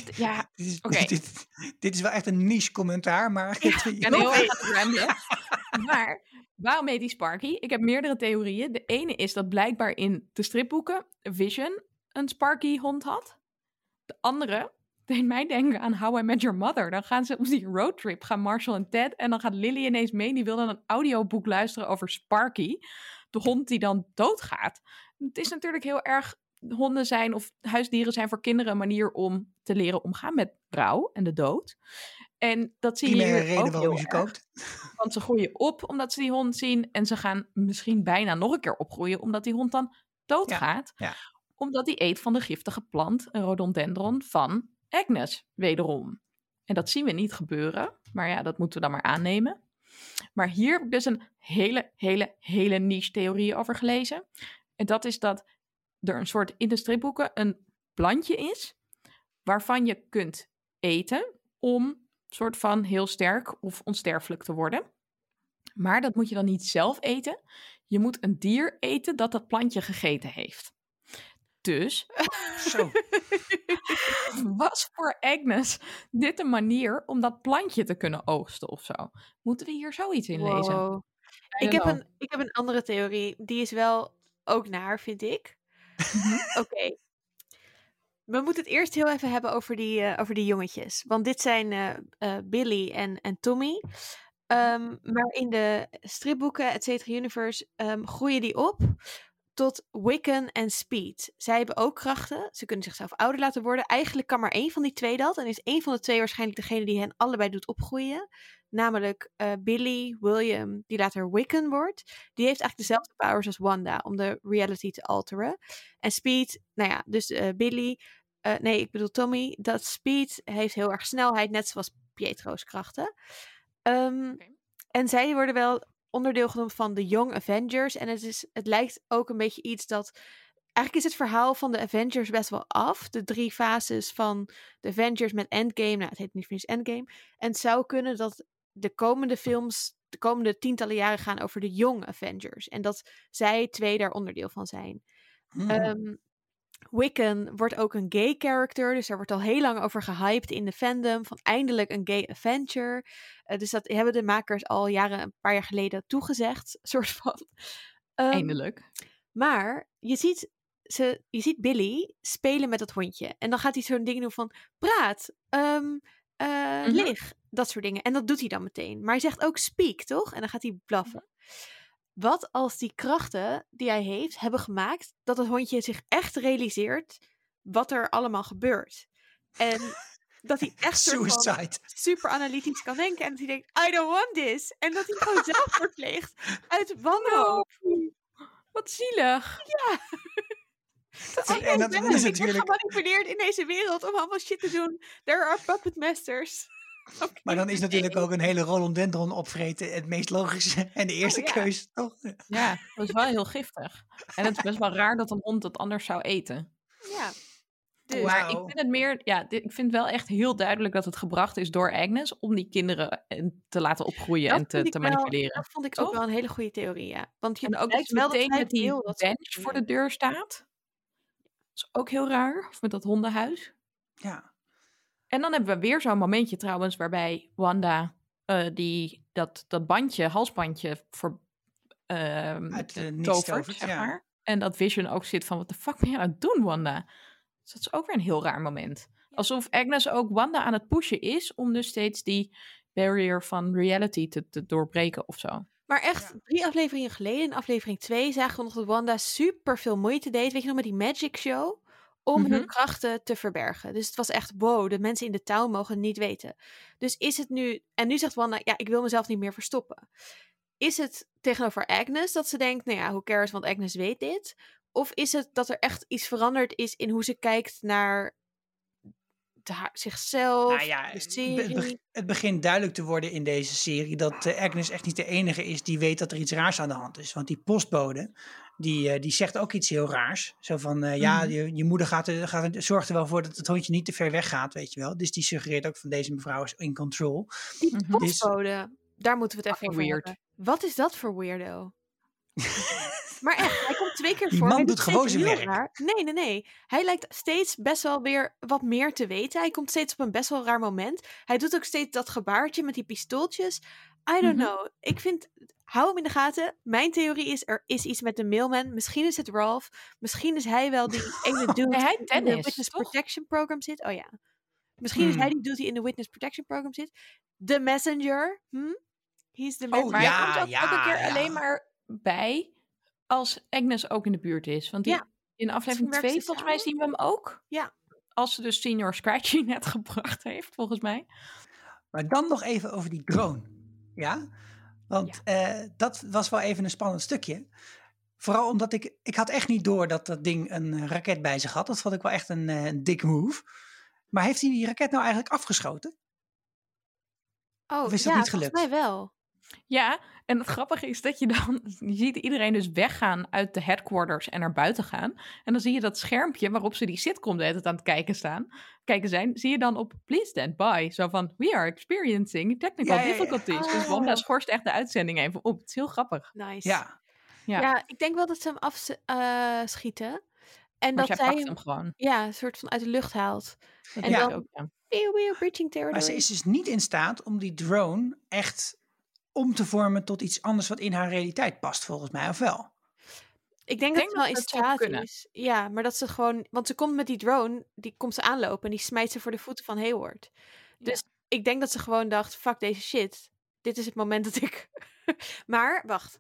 Dit is wel echt een niche commentaar, maar... Ja, ik ben heel erg aan het ramblen. Maar waarom heet die Sparky? Ik heb meerdere theorieën. De ene is dat blijkbaar in de stripboeken Vision een Sparky hond had. De andere deed mij denken aan How I Met Your Mother. Dan gaan ze op die roadtrip, gaan Marshall en Ted. En dan gaat Lily ineens mee. Die wil dan een audioboek luisteren over Sparky. De hond die dan doodgaat. Het is natuurlijk heel erg... Honden zijn of huisdieren zijn voor kinderen een manier om te leren omgaan met rouw en de dood. En dat zie je hier reden ook waarom je heel ze erg. koopt. Want ze groeien op omdat ze die hond zien. En ze gaan misschien bijna nog een keer opgroeien omdat die hond dan doodgaat. Ja. Omdat die eet van de giftige plant, een rhododendron, van Agnes wederom. En dat zien we niet gebeuren. Maar ja, dat moeten we dan maar aannemen. Maar hier heb ik dus een hele niche theorie over gelezen. En dat is dat er een soort in de stripboeken een plantje is waarvan je kunt eten om soort van heel sterk of onsterfelijk te worden. Maar dat moet je dan niet zelf eten. Je moet een dier eten dat plantje gegeten heeft. Dus Zo. was voor Agnes dit een manier om dat plantje te kunnen oogsten of zo? Moeten we hier zoiets in lezen? Wow. Ik heb een andere theorie. Die is wel ook naar, vind ik. Oké. We moeten het eerst heel even hebben over die jongetjes. Want dit zijn Billy en Tommy. Maar in de stripboeken, et cetera, Universe, groeien die op tot Wiccan en Speed. Zij hebben ook krachten. Ze kunnen zichzelf ouder laten worden. Eigenlijk kan maar één van die twee dat. En is één van de twee waarschijnlijk degene die hen allebei doet opgroeien. Namelijk Billy, William, die later Wiccan wordt. Die heeft eigenlijk dezelfde powers als Wanda om de reality te alteren. En Speed, nou ja, dus Billy... ik bedoel Tommy. Dat Speed heeft heel erg snelheid, net zoals Pietro's krachten. En zij worden wel onderdeel genoemd van de Young Avengers. En het lijkt ook een beetje iets dat... Eigenlijk is het verhaal van de Avengers best wel af. De 3 fases van de Avengers met Endgame. Nou, het heet niet voor niets Endgame. En het zou kunnen dat de komende films... de komende tientallen jaren gaan over de Young Avengers. En dat zij 2 daar onderdeel van zijn. Wiccan wordt ook een gay character, dus daar wordt al heel lang over gehyped in de fandom, van eindelijk een gay Avenger. Dus dat hebben de makers al een paar jaar geleden toegezegd, soort van. Eindelijk. Maar je ziet Billy spelen met dat hondje. En dan gaat hij zo'n ding doen van, praat, lig, dat soort dingen. En dat doet hij dan meteen. Maar hij zegt ook speak, toch? En dan gaat hij blaffen. Wat als die krachten die hij heeft hebben gemaakt dat het hondje zich echt realiseert wat er allemaal gebeurt. En dat hij echt super analytisch kan denken. En dat hij denkt, I don't want this. En dat hij gewoon zelfmoord pleegt uit wanhoop. Wat zielig. Ja. En dat is ik word gemanipuleerd in deze wereld om allemaal shit te doen. There are puppet masters. Okay. Maar dan is natuurlijk ook een hele rhododendron opvreten het meest logische en de eerste keuze, toch? Ja, dat is wel heel giftig. En het is best wel raar dat een hond het anders zou eten. Ja. Dus. Maar ik vind het meer, ik vind wel echt heel duidelijk dat het gebracht is door Agnes om die kinderen te laten opgroeien en te manipuleren. Dat vond ik ook wel een hele goede theorie, ja. Want je ook dus meteen met die bench voor de deur staat. Dat is ook heel raar. Of met dat hondenhuis. Ja. En dan hebben we weer zo'n momentje trouwens waarbij Wanda dat bandje, halsbandje tovert, zeg maar. En dat Vision ook zit van, wat de fuck ben je aan het doen, Wanda? Dus dat is ook weer een heel raar moment. Alsof Agnes ook Wanda aan het pushen is om dus steeds die barrier van reality te doorbreken of zo. Maar echt, 3 afleveringen geleden, in aflevering 2, zagen we nog dat Wanda super veel moeite deed. Weet je nog, met die magic show? Om hun krachten te verbergen. Dus het was echt, wow, de mensen in de town mogen het niet weten. Dus is het nu... En nu zegt Wanda, ik wil mezelf niet meer verstoppen. Is het tegenover Agnes dat ze denkt, who cares, want Agnes weet dit? Of is het dat er echt iets veranderd is in hoe ze kijkt naar zichzelf, de serie? Het begint duidelijk te worden in deze serie dat Agnes echt niet de enige is die weet dat er iets raars aan de hand is. Want die postbode, die zegt ook iets heel raars. Zo van, je moeder zorgt er wel voor dat het hondje niet te ver weg gaat, weet je wel. Dus die suggereert ook van deze mevrouw is in control. Die postbode, daar moeten we het even over hebben. Wat is dat voor weirdo? Maar echt, hij komt 2 keer die voor. Die man doet gewoon zijn werk. Raar. Nee. Hij lijkt steeds best wel weer wat meer te weten. Hij komt steeds op een best wel raar moment. Hij doet ook steeds dat gebaartje met die pistooltjes. I don't know. Ik vind, hou hem in de gaten. Mijn theorie is, er is iets met de mailman. Misschien is het Ralph. Misschien is hij wel die ene dude Nee, hij die in de Dennis, Witness toch? Protection Program zit. Oh ja. Misschien is hij die dude die in de Witness Protection Program zit. The Messenger. He's the messenger. Maar ja, hij komt ook een keer ja. alleen maar bij als Agnes ook in de buurt is. Want die, in aflevering werken 2 ze volgens mij zien we hem ook. Ja. Als ze dus Senior Scratchy net gebracht heeft, volgens mij. Maar dan nog even over die drone. Ja? Want dat was wel even een spannend stukje. Vooral omdat ik had echt niet door dat dat ding een raket bij zich had. Dat vond ik wel echt een dik move. Maar heeft hij die raket nou eigenlijk afgeschoten? Oh, Of is dat niet gelukt? volgens mij wel. Ja, en het grappige is dat je ziet iedereen dus weggaan uit de headquarters en naar buiten gaan. En dan zie je dat schermpje waarop ze die sitcom de hele tijd aan het kijken zijn, zie je dan op please stand by. Zo van, we are experiencing technical difficulties. Dus Wanda schorst echt de uitzending even op. Het is heel grappig. Nice. Ja, ik denk wel dat ze hem afschieten. En maar dat zij zij pakt hem gewoon. Ja, een soort van uit de lucht haalt. Dat en denk dan, ik ook, ja. we are breaching territory. Maar ze is dus niet in staat om die drone echt om te vormen tot iets anders wat in haar realiteit past, volgens mij, of wel? Ik denk dat het wel in dat zou staat kunnen. is. Ja, maar dat ze gewoon... Want ze komt met die drone, die komt ze aanlopen en die smijt ze voor de voeten van Hayward. Dus ik denk dat ze gewoon dacht, fuck deze shit. Dit is het moment dat ik... Maar, wacht.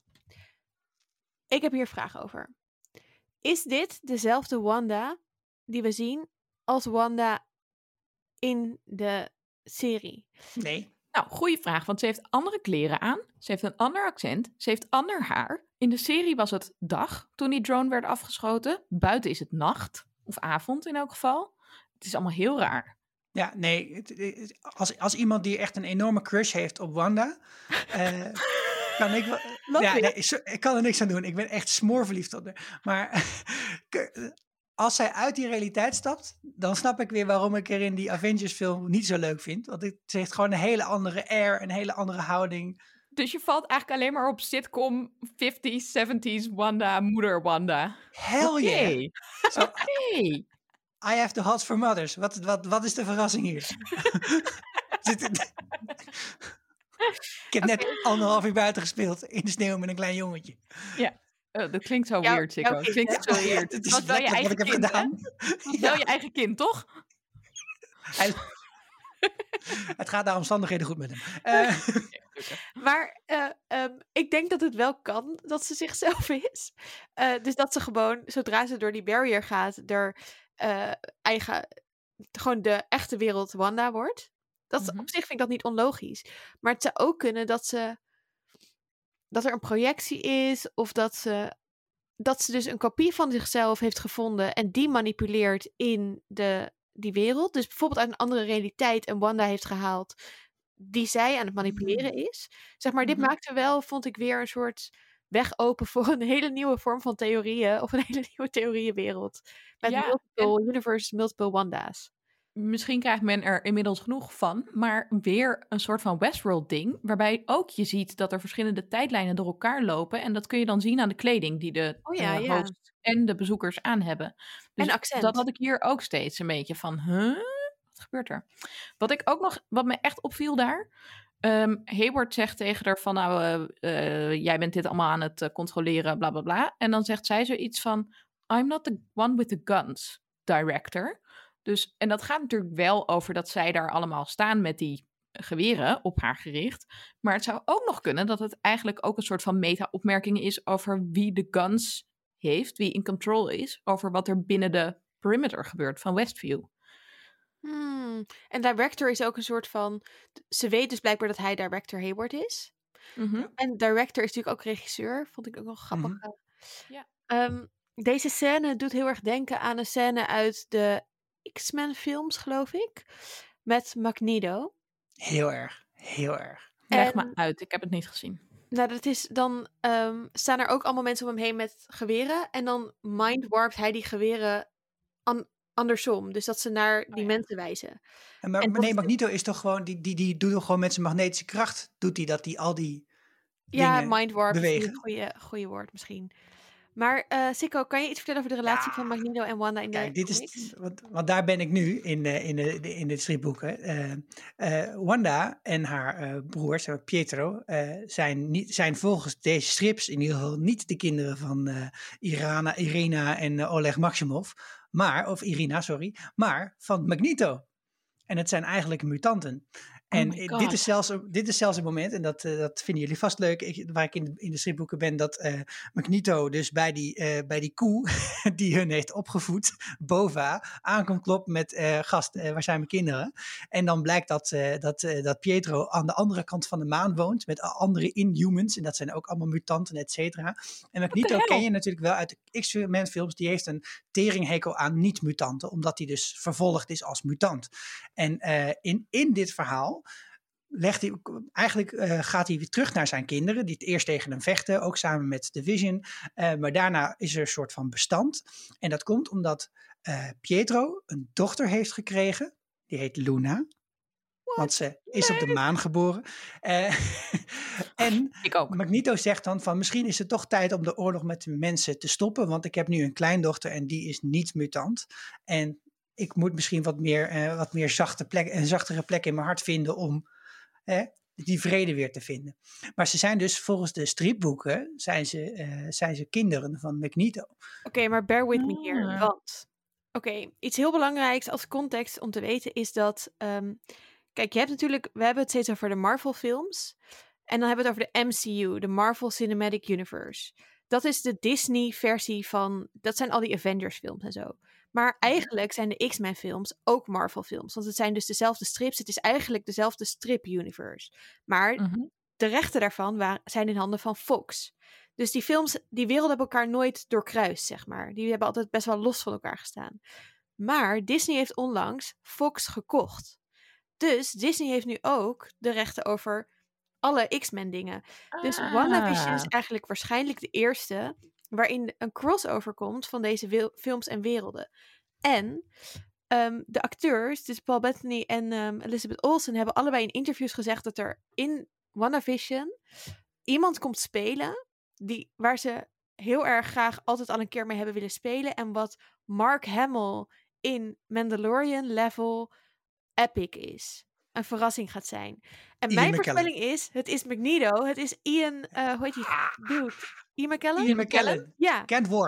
Ik heb hier vragen over. Is dit dezelfde Wanda die we zien als Wanda in de serie? Nee. Nou, goede vraag, want ze heeft andere kleren aan. Ze heeft een ander accent. Ze heeft ander haar. In de serie was het dag toen die drone werd afgeschoten. Buiten is het nacht. Of avond in elk geval. Het is allemaal heel raar. Ja, nee. Als iemand die echt een enorme crush heeft op Wanda... kan ik wel... ik kan er niks aan doen. Ik ben echt smoorverliefd op haar. Maar als zij uit die realiteit stapt... dan snap ik weer waarom ik er in die Avengers film niet zo leuk vind. Want ze heeft gewoon een hele andere air, een hele andere houding. Dus je valt eigenlijk alleen maar op sitcom 50s, 70s Wanda, moeder Wanda. Hell yeah! Oké. I have the hots for mothers. Wat is de verrassing hier? Ik heb net 1,5 uur buiten gespeeld in de sneeuw met een klein jongetje. Ja, dat klinkt zo weird, Sikko. Het klinkt zo weird. Het is wel je eigen wat ik heb kind, gedaan. Wel je eigen kind, toch? Het gaat naar omstandigheden goed met hem. Maar ik denk dat het wel kan dat ze zichzelf is. Dus dat ze gewoon, zodra ze door die barrier gaat, gewoon de echte wereld Wanda wordt. Op zich vind ik dat niet onlogisch. Maar het zou ook kunnen dat er een projectie is, of dat ze dus een kopie van zichzelf heeft gevonden en die manipuleert in die wereld. Dus bijvoorbeeld uit een andere realiteit en Wanda heeft gehaald die zij aan het manipuleren is. Zeg maar, dit maakte wel, vond ik, weer een soort weg open voor een hele nieuwe vorm van theorieën, of een hele nieuwe theorieënwereld. Met multiple universes, multiple Wanda's. Misschien krijgt men er inmiddels genoeg van, maar weer een soort van Westworld ding, waarbij ook je ziet dat er verschillende tijdlijnen door elkaar lopen en dat kun je dan zien aan de kleding die de hosts en de bezoekers aan hebben. Dus en accent. Dat had ik hier ook steeds een beetje van, wat gebeurt er? Wat me echt opviel daar, Hayward zegt tegen haar van, jij bent dit allemaal aan het controleren, bla bla bla. En dan zegt zij zoiets van, I'm not the one with the guns, director. Dus, en dat gaat natuurlijk wel over dat zij daar allemaal staan met die geweren op haar gericht. Maar het zou ook nog kunnen dat het eigenlijk ook een soort van meta-opmerking is over wie de guns heeft, wie in control is, over wat er binnen de perimeter gebeurt van Westview. En director is ook een soort van... Ze weet dus blijkbaar dat hij director Hayward is. En director is natuurlijk ook regisseur. Vond ik ook nog grappig. Deze scène doet heel erg denken aan een scène uit de X-Men films, geloof ik. Met Magneto. Heel erg, heel erg. Leg me uit, ik heb het niet gezien. Nou, dat is dan... staan er ook allemaal mensen om hem heen met geweren. En dan mindwarpt hij die geweren andersom. Dus dat ze naar die mensen wijzen. Maar nee, Magneto is toch gewoon... Die doet toch gewoon met zijn magnetische kracht... doet hij dat die al die dingen mindwarp bewegen. is een goede woord misschien. Maar Sikko, kan je iets vertellen over de relatie van Magneto en Wanda in de Kijk, dit comics? is, want daar ben ik nu in de stripboeken. Wanda en haar broers, Pietro, zijn volgens deze strips in ieder geval niet de kinderen van Irina en Oleg Maximov. Of Irina, sorry. Maar van Magneto. En het zijn eigenlijk mutanten. En dit is zelfs een moment, en dat vinden jullie vast leuk, waar ik in de stripboeken ben, dat Magneto dus bij die koe die hun heeft opgevoed, Bova, aankomt kloppen met gast, waar zijn mijn kinderen? En dan blijkt dat Pietro aan de andere kant van de maan woont, met andere Inhumans, en dat zijn ook allemaal mutanten, et cetera. En Magneto ken je natuurlijk wel uit de X-Men films, die heeft een teringhekel aan niet-mutanten, omdat hij dus vervolgd is als mutant. En in dit verhaal gaat hij weer terug naar zijn kinderen, die het eerst tegen hem vechten, ook samen met The Vision. Maar daarna is er een soort van bestand. En dat komt omdat Pietro een dochter heeft gekregen. Die heet Luna. Want ze is op de maan geboren. En ik ook. Magneto zegt dan van misschien is het toch tijd om de oorlog met de mensen te stoppen. Want ik heb nu een kleindochter en die is niet mutant. En ik moet misschien wat meer zachtere plek in mijn hart vinden om die vrede weer te vinden. Maar ze zijn dus volgens de stripboeken zijn ze kinderen van Magneto. Oké, maar bear with me hier. Want iets heel belangrijks als context om te weten is dat kijk, we hebben het steeds over de Marvel films en dan hebben we het over de MCU, de Marvel Cinematic Universe. Dat is de Disney versie dat zijn al die Avengers films en zo. Maar eigenlijk zijn de X-Men films ook Marvel films. Want het zijn dus dezelfde strips. Het is eigenlijk dezelfde strip-universe. Maar de rechten daarvan zijn in handen van Fox. Dus die films, die werelden hebben elkaar nooit doorkruist, zeg maar. Die hebben altijd best wel los van elkaar gestaan. Maar Disney heeft onlangs Fox gekocht. Dus Disney heeft nu ook de rechten over alle X-Men dingen. Dus WandaVision is eigenlijk waarschijnlijk de eerste waarin een crossover komt van deze films en werelden. En de acteurs, dus Paul Bettany en Elizabeth Olsen, hebben allebei in interviews gezegd dat er in WandaVision iemand komt spelen waar ze heel erg graag altijd al een keer mee hebben willen spelen. En wat Mark Hamill in Mandalorian level epic is. Een verrassing gaat zijn. En mijn voorspelling is, het is Magneto, het is Ian, hoe heet die dude? Ian McKellen? Ian McKellen. Ja.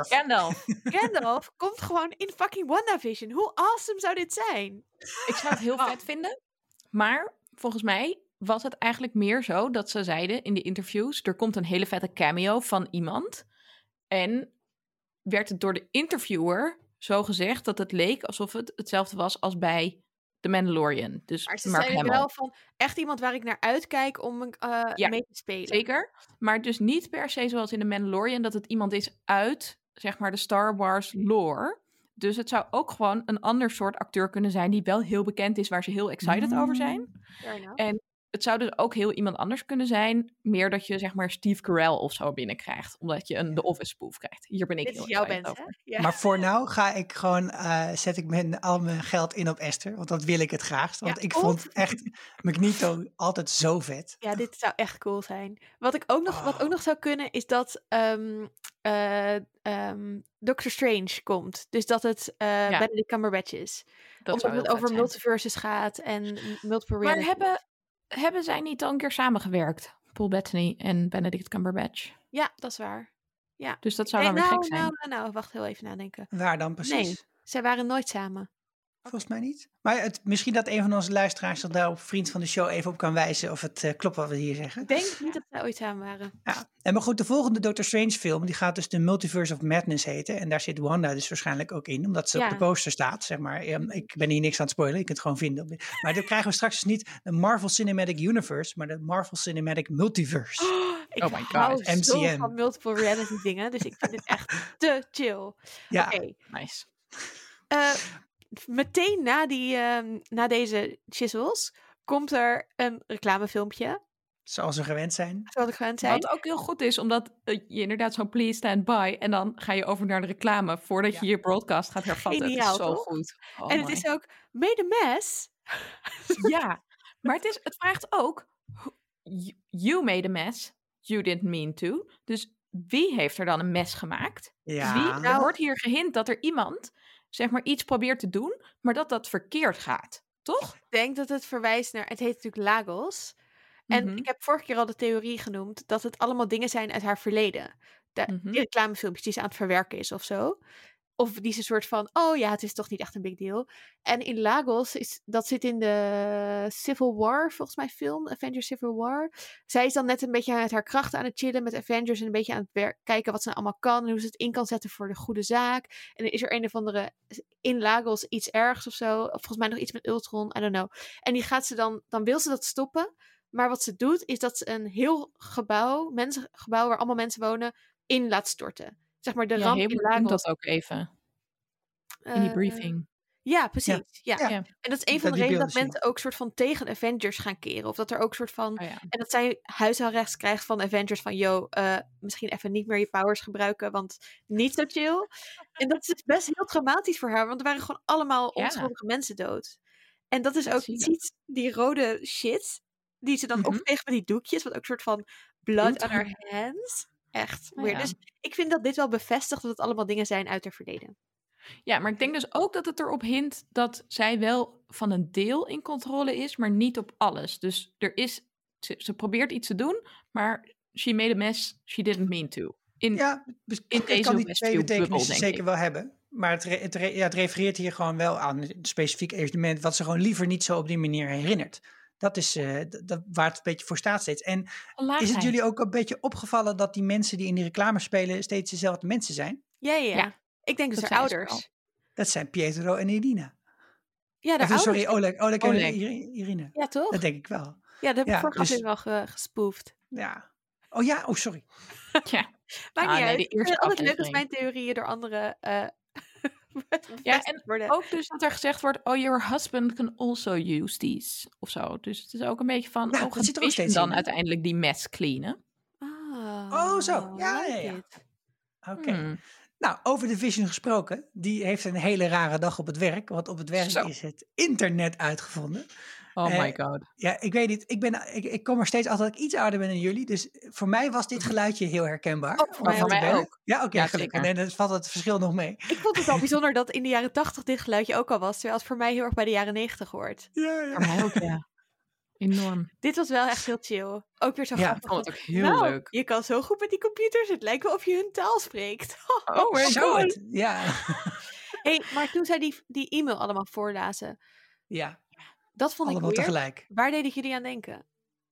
Gandalf komt gewoon in fucking WandaVision. Hoe awesome zou dit zijn? Ik zou het heel vet vinden. Maar volgens mij was het eigenlijk meer zo dat ze zeiden in de interviews, er komt een hele vette cameo van iemand. En werd het door de interviewer zo gezegd dat het leek alsof het hetzelfde was als bij The Mandalorian. Dus maar ze Mark zijn Hamill. wel van echt iemand waar ik naar uitkijk om mee te spelen. Zeker. Maar dus niet per se zoals in The Mandalorian dat het iemand is uit, zeg maar, de Star Wars lore. Dus het zou ook gewoon een ander soort acteur kunnen zijn die wel heel bekend is, waar ze heel excited over zijn. En het zou dus ook heel iemand anders kunnen zijn. Meer dat je, zeg maar, Steve Carell of zo binnenkrijgt. Omdat je een The Office spoof krijgt. Hier ben ik heel excited over. Ja. Maar voor nou zet ik al mijn geld in op Esther. Want dat wil ik het graagst. Want ik vond echt Magneto altijd zo vet. Ja, dit zou echt cool zijn. Wat ook nog zou kunnen is dat Doctor Strange komt. Dus dat het Benedict Cumberbatch is. Omdat het over multiverses gaat en multiple reality. Maar hebben zij niet al een keer samengewerkt? Paul Bettany en Benedict Cumberbatch. Ja, dat is waar. Ja. Dus dat zou dan weer gek zijn. Nou, wacht, heel even nadenken. Waar dan precies? Nee, zij waren nooit samen. Volgens mij niet. Maar misschien dat een van onze luisteraars er daar op Vriend van de Show even op kan wijzen of het klopt wat we hier zeggen. Ik denk niet dat zij ooit samen waren. Ja. En maar goed, de volgende Doctor Strange film, die gaat dus de Multiverse of Madness heten. En daar zit Wanda dus waarschijnlijk ook in, omdat ze op de poster staat, zeg maar. Ik ben hier niks aan het spoilen, je kunt het gewoon vinden. Maar dan krijgen we straks dus niet de Marvel Cinematic Universe, maar de Marvel Cinematic Multiverse. Ik hou zo van multiple reality dingen, dus ik vind dit echt te chill. Ja, nice. Meteen na deze chisels komt er een reclamefilmpje. Zoals we gewend zijn. Wat ook heel goed is, omdat je inderdaad zo please stand by en dan ga je over naar de reclame voordat je je broadcast gaat hervatten. Geniaal, het is zo toch? goed. En het is ook made a mess. Ja, maar het vraagt ook you made a mess. You didn't mean to. Dus wie heeft er dan een mes gemaakt? Ja. Er wordt hier gehint dat er iemand, zeg maar, iets probeert te doen, maar dat verkeerd gaat. Toch? Ik denk dat het verwijst naar... Het heet natuurlijk Lagos. En ik heb vorige keer al de theorie genoemd dat het allemaal dingen zijn uit haar verleden. Die reclamefilmpjes die ze aan het verwerken is of zo. Of die is een soort van, oh ja, het is toch niet echt een big deal. En in Lagos, dat zit in de Civil War, volgens mij film, Avengers Civil War. Zij is dan net een beetje met haar krachten aan het chillen met Avengers en een beetje aan het kijken wat ze nou allemaal kan en hoe ze het in kan zetten voor de goede zaak. En dan is er een of andere, in Lagos iets ergs of zo, of volgens mij nog iets met Ultron, I don't know. En die gaat ze dan wil ze dat stoppen. Maar wat ze doet, is dat ze een heel gebouw waar allemaal mensen wonen, in laat storten. Zeg maar de ramp in Lagos. Dat ook even. In die briefing. Ja, precies. Ja. Ja. En dat is een van de redenen dat mensen ook soort van tegen Avengers gaan keren. Of dat er ook soort van... En dat zij huisarrest krijgt van Avengers van... misschien even niet meer je powers gebruiken, want niet zo chill. En dat is best heel traumatisch voor haar, want er waren gewoon allemaal onschuldige mensen dood. En dat is ook iets, die rode shit, die ze dan ook tegen met die doekjes, wat ook een soort van blood on her hands. Echt weird. Dus ik vind dat dit wel bevestigt dat het allemaal dingen zijn uit haar verleden. Ja, maar ik denk dus ook dat het erop hint dat zij wel van een deel in controle is, maar niet op alles. Dus ze probeert iets te doen, maar she made a mess she didn't mean to. In deze kan die twee betekenissen zeker wel hebben. Maar het refereert hier gewoon wel aan een specifiek evenement wat ze gewoon liever niet zo op die manier herinnert. Dat is waar het een beetje voor staat steeds. En is het jullie ook een beetje opgevallen dat die mensen die in die reclame spelen steeds dezelfde mensen zijn? Ja. Ik denk dat zijn ouders. Dat zijn Pietro en Irina. Ja, de ouders. Sorry, Oleg en Irina. Ja, toch? Dat denk ik wel. Ja, dat heb ik vorige aflevering al gespoofd. Ja. Sorry. Ja. Maar niet uit. Ik vind het altijd leuk als mijn theorieën door anderen... en ook dus dat er gezegd wordt, your husband can also use these, of zo. Dus het is ook een beetje van, dat zit er ook steeds dan in, uiteindelijk die mess cleanen. Zo. Ja. Oké. Nou, over de Vision gesproken, die heeft een hele rare dag op het werk, want op het werk is het internet uitgevonden. Oh my god. Ja, ik weet niet. Ik kom er steeds altijd dat ik iets ouder ben dan jullie. Dus voor mij was dit geluidje heel herkenbaar. Voor mij ook. Ja, oké, gelukkig. En dan valt het verschil nog mee. Ik vond het al bijzonder dat in de jaren 80 dit geluidje ook al was. Terwijl het voor mij heel erg bij de jaren 90 hoort. Ja. Voor mij ook, ja. Enorm. Dit was wel echt heel chill. Ook weer zo grappig. Ik vond het ook heel leuk. Je kan zo goed met die computers. Het lijkt wel of je hun taal spreekt. Oh my god. Ja. Hey, maar toen zij die e-mail allemaal voorlazen. Ja. Dat vond allemaal ik weird. Tegelijk. Waar deden jullie aan denken?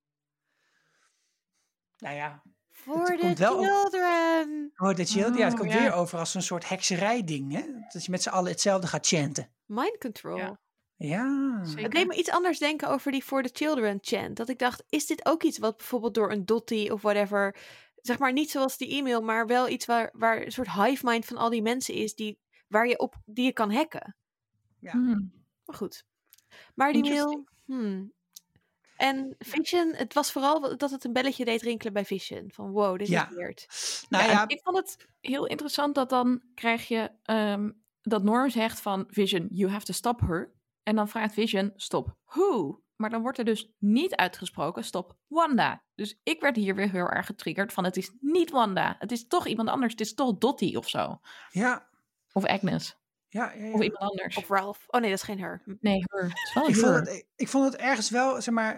Nou ja. For the children. For the children. Ja, het komt weer over als een soort hekserij ding. Hè? Dat je met z'n allen hetzelfde gaat chanten. Mind control. Ja. Het deed me iets anders denken over die For the Children chant. Dat ik dacht, is dit ook iets wat bijvoorbeeld door een Dottie of whatever, zeg maar niet zoals die e-mail, maar wel iets waar een soort hive mind van al die mensen is die je kan hacken. Ja. Maar goed. Maar die mail... En Vision, het was vooral dat het een belletje deed rinkelen bij Vision. Van wow, dit is weird. Nou ik vond het heel interessant dat dan krijg je dat Norm zegt van Vision, you have to stop her. En dan vraagt Vision, stop who? Maar dan wordt er dus niet uitgesproken, stop Wanda. Dus ik werd hier weer heel erg getriggerd van het is niet Wanda. Het is toch iemand anders. Het is toch Dottie of zo. Ja. Of Agnes. Ja. Of iemand anders. Of Ralph. Oh nee, dat is geen her. Nee, her. Het is wel ik vond het ergens wel, zeg maar,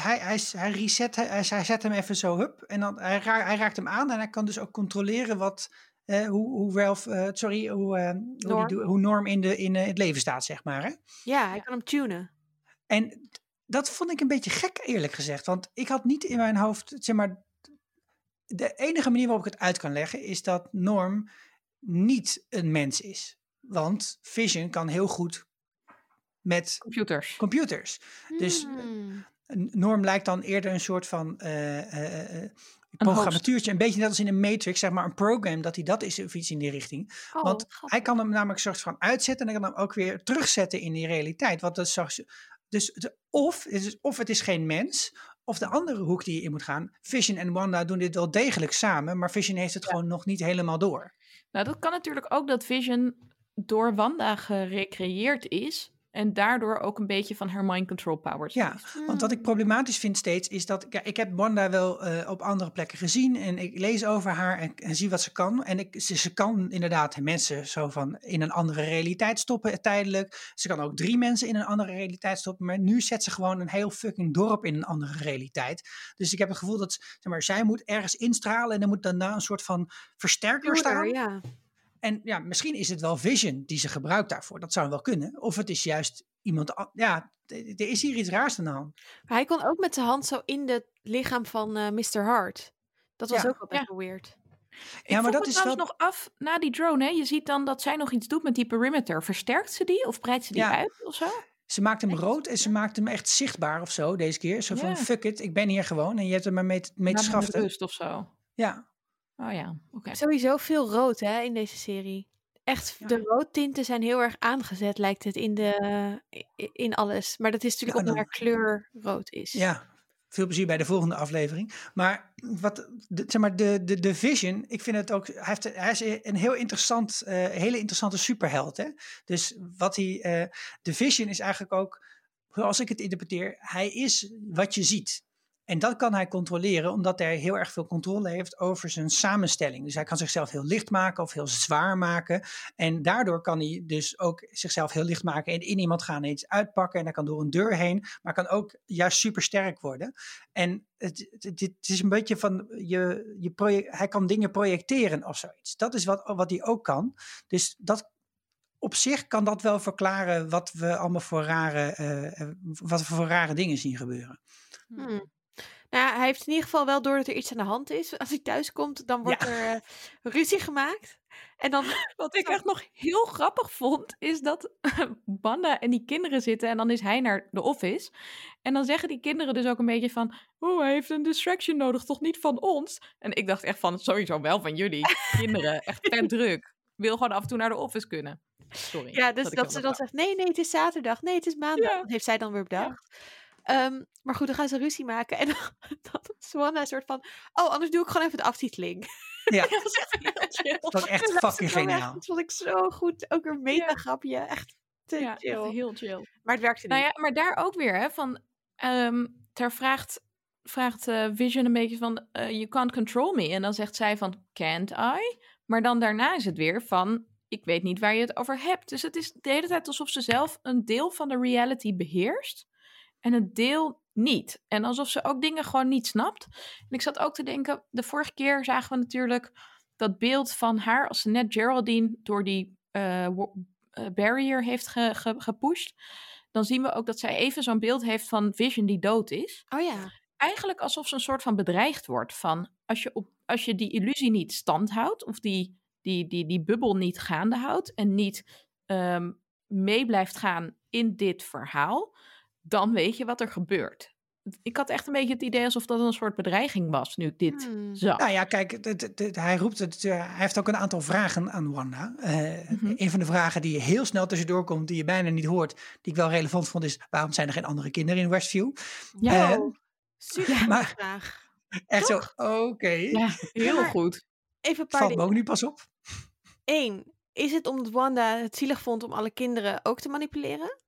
hij zet hem even zo, hup. En dan hij raakt hem aan en hij kan dus ook controleren wat... hoe Ralph, hoe Norm in het leven staat, zeg maar. Hè? Ja, hij kan hem tunen. En dat vond ik een beetje gek, eerlijk gezegd. Want ik had niet in mijn hoofd, zeg maar... De enige manier waarop ik het uit kan leggen is dat Norm niet een mens is. Want Vision kan heel goed met computers. Dus Norm lijkt dan eerder een soort van... programmatuurtje, een beetje net als in een Matrix, zeg maar een program, dat is of iets in die richting. Want hij kan hem namelijk soort van uitzetten en hij kan hem ook weer terugzetten in die realiteit. Want dat of het is geen mens, of de andere hoek die je in moet gaan. Vision en Wanda doen dit wel degelijk samen, maar Vision heeft het gewoon nog niet helemaal door. Nou, dat kan natuurlijk ook dat Vision door Wanda gerecreëerd is. En daardoor ook een beetje van haar mind control powers. Ja, want wat ik problematisch vind steeds is dat... ik heb Wanda wel op andere plekken gezien en ik lees over haar en zie wat ze kan. En ze kan inderdaad mensen zo van in een andere realiteit stoppen tijdelijk. Ze kan ook 3 mensen in een andere realiteit stoppen. Maar nu zet ze gewoon een heel fucking dorp in een andere realiteit. Dus ik heb het gevoel dat zeg maar, zij moet ergens instralen en er moet daarna een soort van versterker staan. Ja. En ja, misschien is het wel Vision die ze gebruikt daarvoor. Dat zou wel kunnen. Of het is juist iemand... Ja, er is hier iets raars aan de hand. Maar hij kon ook met zijn hand zo in het lichaam van Mr. Hart. Dat was ook wel best wel weird. Ja, maar dat is wel nog af na die drone. Hè? Je ziet dan dat zij nog iets doet met die perimeter. Versterkt ze die of breidt ze die uit of zo? Ze maakt hem rood en ze maakt hem echt zichtbaar of zo deze keer. Zo van, fuck it, ik ben hier gewoon. En je hebt er maar mee te schaften. Rust of zo. Ja. Oh ja, oké. Sowieso veel rood hè, in deze serie. Echt, de roodtinten zijn heel erg aangezet, lijkt het, in alles. Maar dat is natuurlijk omdat haar kleur rood is. Ja, veel plezier bij de volgende aflevering. Maar de Vision, ik vind het ook... Hij is een hele interessante superheld. Hè? Dus de Vision is eigenlijk ook, zoals ik het interpreteer, hij is wat je ziet. En dat kan hij controleren, omdat hij heel erg veel controle heeft over zijn samenstelling. Dus hij kan zichzelf heel licht maken of heel zwaar maken. En daardoor kan hij dus ook zichzelf heel licht maken en in iemand gaan en iets uitpakken. En hij kan door een deur heen, maar kan ook juist super sterk worden. En het is een beetje van, hij kan dingen projecteren of zoiets. Dat is wat hij ook kan. Dus dat... Op zich kan dat wel verklaren wat we allemaal voor rare dingen zien gebeuren. Nou, hij heeft in ieder geval wel door dat er iets aan de hand is. Als hij thuis komt, dan wordt er ruzie gemaakt. En dan, wat ik echt nog heel grappig vond, is dat Wanda en die kinderen zitten en dan is hij naar de office. En dan zeggen die kinderen dus ook een beetje van, hij heeft een distraction nodig, toch niet van ons? En ik dacht echt van, sowieso wel van jullie, kinderen, echt vet druk. Wil gewoon af en toe naar de office kunnen. Sorry. Ja, dus dat ze dan zegt, nee, het is zaterdag, nee, het is maandag. Ja. Dat heeft zij dan weer bedacht. Ja. Maar goed, dan gaan ze ruzie maken. En dan is Wanda een soort van, anders doe ik gewoon even de aftiteling. Ja, dat was echt heel chill. Dat was echt fucking geniaal. Dat vond ik zo goed. Ook een mega grapje. Echt te chill. Echt heel chill. Maar het werkte niet. Nou ja, maar daar ook weer, hè, van... Ter vraagt Vision een beetje van, you can't control me. En dan zegt zij van, can't I? Maar dan daarna is het weer van, ik weet niet waar je het over hebt. Dus het is de hele tijd alsof ze zelf een deel van de reality beheerst. En een deel niet. En alsof ze ook dingen gewoon niet snapt. En ik zat ook te denken, de vorige keer zagen we natuurlijk dat beeld van haar als ze net Geraldine door die barrier heeft gepusht. Dan zien we ook dat zij even zo'n beeld heeft van Vision die dood is. Oh ja. Eigenlijk alsof ze een soort van bedreigd wordt. Van als je die illusie niet stand houdt, of die bubbel niet gaande houdt en niet mee blijft gaan in dit verhaal, dan weet je wat er gebeurt. Ik had echt een beetje het idee alsof dat een soort bedreiging was, nu ik dit zag. Nou ja, kijk, hij roept het. Hij heeft ook een aantal vragen aan Wanda. Een van de vragen die heel snel tussendoor komt, die je bijna niet hoort, die ik wel relevant vond, is: waarom zijn er geen andere kinderen in Westview? Ja, super vraag. Echt toch? Zo, oké. Ja, heel goed. Even een paar Valt me ook niet pas op. 1. Is het omdat Wanda het zielig vond om alle kinderen ook te manipuleren?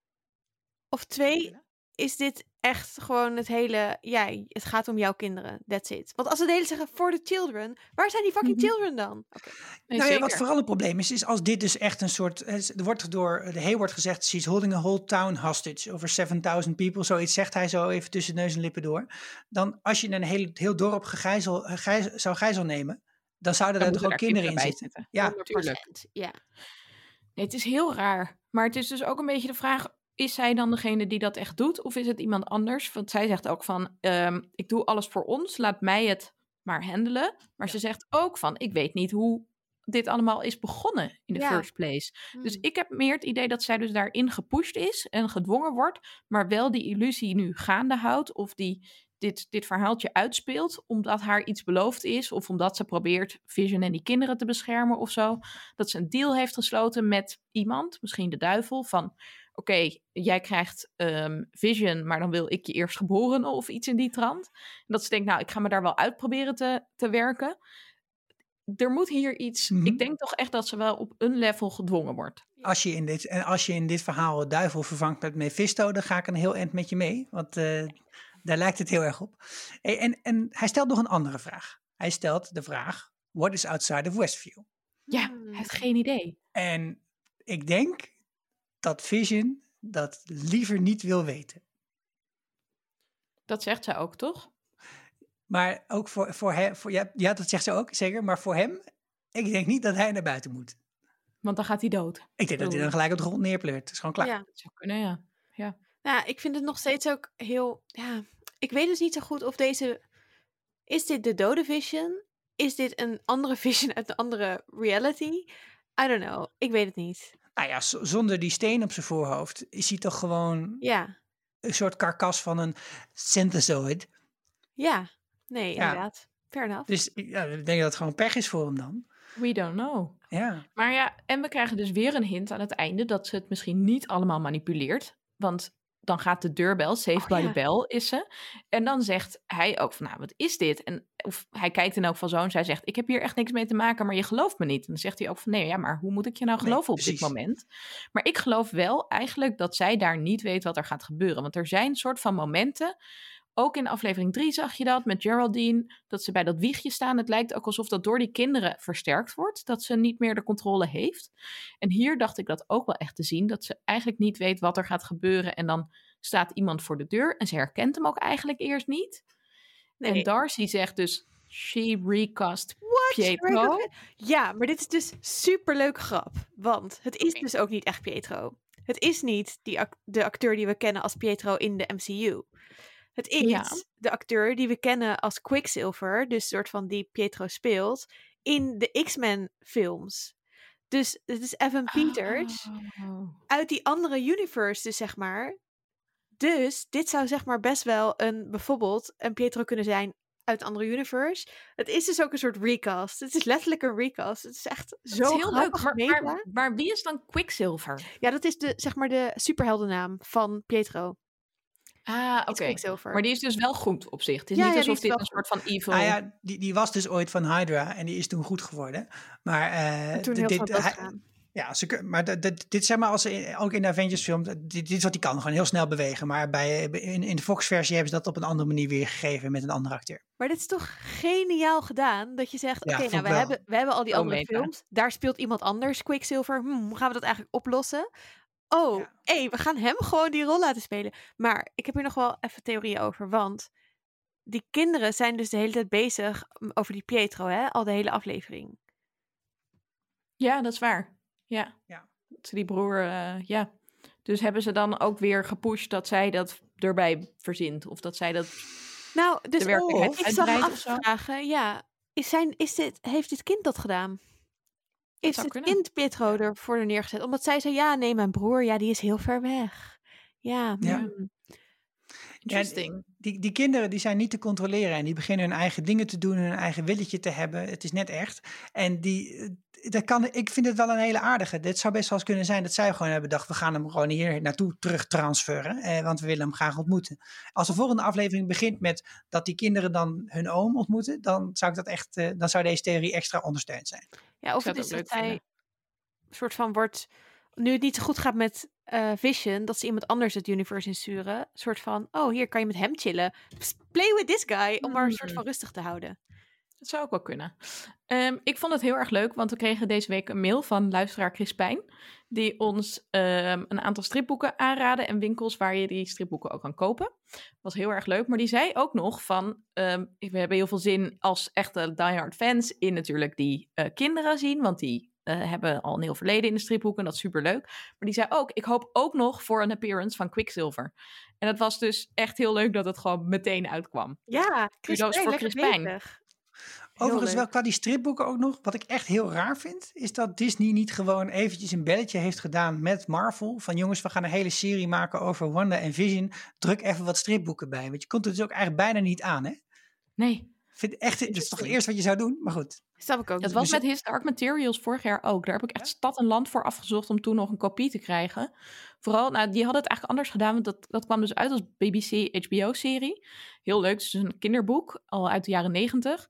Of 2, is dit echt gewoon het hele... Ja, het gaat om jouw kinderen. That's it. Want als ze de hele zeggen, for the children... Waar zijn die fucking children dan? Okay. Nee, nou ja, wat vooral het probleem is als dit dus echt een soort... Er wordt door de Hay wordt gezegd, she's holding a whole town hostage over 7,000 people. Zoiets zegt hij zo even tussen neus en lippen door. Dan als je een heel dorp zou gijzel nemen, dan zouden er toch ook kinderen in zitten. Ja, natuurlijk. Ja. Nee, het is heel raar. Maar het is dus ook een beetje de vraag... Is zij dan degene die dat echt doet? Of is het iemand anders? Want zij zegt ook van, ik doe alles voor ons. Laat mij het maar handelen. Maar ze zegt ook van, ik weet niet hoe dit allemaal is begonnen in de first place. Dus ik heb meer het idee dat zij dus daarin gepusht is en gedwongen wordt. Maar wel die illusie nu gaande houdt. Of dit verhaaltje uitspeelt. Omdat haar iets beloofd is. Of omdat ze probeert Vision en die kinderen te beschermen of zo. Dat ze een deal heeft gesloten met iemand. Misschien de duivel. Van... Oké, jij krijgt Vision, maar dan wil ik je eerst geboren of iets in die trant. En dat ze denkt, nou, ik ga me daar wel uit proberen te werken. er moet hier iets... Ik denk toch echt dat ze wel op een level gedwongen wordt. Als je in dit verhaal de duivel vervangt met Mephisto, dan ga ik een heel eind met je mee. Want daar lijkt het heel erg op. En hij stelt nog een andere vraag. Hij stelt de vraag, what is outside of Westview? Ja, hij heeft geen idee. En ik denk dat Vision dat liever niet wil weten. Dat zegt zij ook, toch? Maar ook voor hem, ja, dat zegt ze ook, zeker. Maar voor hem, ik denk niet dat hij naar buiten moet. Want dan gaat hij dood. Ik denk dat hij dan gelijk op de grond neerpleurt. Het is gewoon klaar. Ja. Dat zou kunnen, ja. Nou, ik vind het nog steeds ook heel... Ja, ik weet dus niet zo goed of deze... Is dit de dode Vision? Is dit een andere Vision uit een andere reality? I don't know. Ik weet het niet. Nou ja, zonder die steen op zijn voorhoofd is hij toch gewoon een soort karkas van een synthesoid. Ja, nee, inderdaad. Fair enough. Dus ik denk dat het gewoon pech is voor hem dan. We don't know. Ja. Maar ja, en we krijgen dus weer een hint aan het einde dat ze het misschien niet allemaal manipuleert. Want dan gaat de deurbel, Saved by the Bell is ze. En dan zegt hij ook van, nou, wat is dit? En of hij kijkt in elk geval zo en zij zegt, ik heb hier echt niks mee te maken, maar je gelooft me niet. En dan zegt hij ook van, nee, ja, maar hoe moet ik je nou geloven op dit moment? Maar ik geloof wel eigenlijk dat zij daar niet weet wat er gaat gebeuren. Want er zijn soort van momenten, ook in aflevering 3 zag je dat met Geraldine, dat ze bij dat wiegje staan. Het lijkt ook alsof dat door die kinderen versterkt wordt, dat ze niet meer de controle heeft. En hier dacht ik dat ook wel echt te zien, dat ze eigenlijk niet weet wat er gaat gebeuren. En dan staat iemand voor de deur en ze herkent hem ook eigenlijk eerst niet. Nee. En Darcy zegt dus, she recast Pietro. Ja, maar dit is dus superleuk grap, want het is dus ook niet echt Pietro. Het is niet de acteur die we kennen als Pietro in de MCU. Het is de acteur die we kennen als Quicksilver, dus soort van die Pietro speelt, in de X-Men films. Dus het is Evan Peters uit die andere universe, dus zeg maar. Dus dit zou zeg maar best wel bijvoorbeeld een Pietro kunnen zijn uit een andere universe. Het is dus ook een soort recast. Het is letterlijk een recast. Het is echt zo heel leuk. Maar wie is dan Quicksilver? Ja, dat is de superheldennaam van Pietro. Oké. Maar die is dus wel goed op zich. Het is niet alsof dit een soort van evil... Ah ja, die was dus ooit van Hydra en die is toen goed geworden. Maar toen heel veel doodgaan. Ja, maar dit zeg maar, ook in de Avengers film, dit is wat hij kan, gewoon heel snel bewegen. Maar in de Fox-versie hebben ze dat op een andere manier weergegeven met een andere acteur. Maar dit is toch geniaal gedaan, dat je zegt, oké, nou, we hebben al die andere films, daar speelt iemand anders, Quicksilver, hoe gaan we dat eigenlijk oplossen? We gaan hem gewoon die rol laten spelen. Maar ik heb hier nog wel even theorieën over, want die kinderen zijn dus de hele tijd bezig over die Pietro, hè? Al de hele aflevering. Ja, dat is waar. Ja. Die broer, Dus hebben ze dan ook weer gepusht dat zij dat erbij verzint? Of dat zij dat dus de werkelijkheid ik zal me afvragen, heeft dit kind dat gedaan? Is het kind Pietro ervoor neergezet? Omdat zij zei, nee, mijn broer, die is heel ver weg. Ja. Interesting. Die kinderen die zijn niet te controleren en die beginnen hun eigen dingen te doen, hun eigen willetje te hebben. Het is net echt. En ik vind het wel een hele aardige. Dit zou best wel eens kunnen zijn dat zij gewoon hebben bedacht, we gaan hem gewoon hier naartoe terug transferen, want we willen hem graag ontmoeten. Als de volgende aflevering begint met dat die kinderen dan hun oom ontmoeten, dan zou deze theorie extra ondersteund zijn. Ja, of het is dat hij een soort van wordt, nu het niet zo goed gaat met Vision, dat ze iemand anders het universe insturen. Een soort van, hier kan je met hem chillen. Play with this guy, om maar een soort van rustig te houden. Dat zou ook wel kunnen. Ik vond het heel erg leuk, want we kregen deze week een mail van luisteraar Crispijn, die ons een aantal stripboeken aanraden en winkels waar je die stripboeken ook kan kopen. Was heel erg leuk, maar die zei ook nog van, we hebben heel veel zin als echte diehard fans in natuurlijk die kinderen zien, want die hebben al een heel verleden in de stripboeken, dat is superleuk. Maar die zei ook, ik hoop ook nog voor een appearance van Quicksilver. En dat was dus echt heel leuk dat het gewoon meteen uitkwam. Ja, Crispijn. Overigens wel qua die stripboeken ook nog, wat ik echt heel raar vind, is dat Disney niet gewoon eventjes een belletje heeft gedaan met Marvel. Van jongens, we gaan een hele serie maken over Wanda en Vision. Druk even wat stripboeken bij. Want je komt er dus ook eigenlijk bijna niet aan, hè? Nee. Dat is toch het eerste wat je zou doen? Maar goed. Snap ik ook. Dat was met His Dark Materials vorig jaar ook. Daar heb ik echt stad en land voor afgezocht om toen nog een kopie te krijgen. Vooral, die hadden het eigenlijk anders gedaan, want dat kwam dus uit als BBC HBO-serie. Heel leuk, het is een kinderboek, al uit de jaren 90.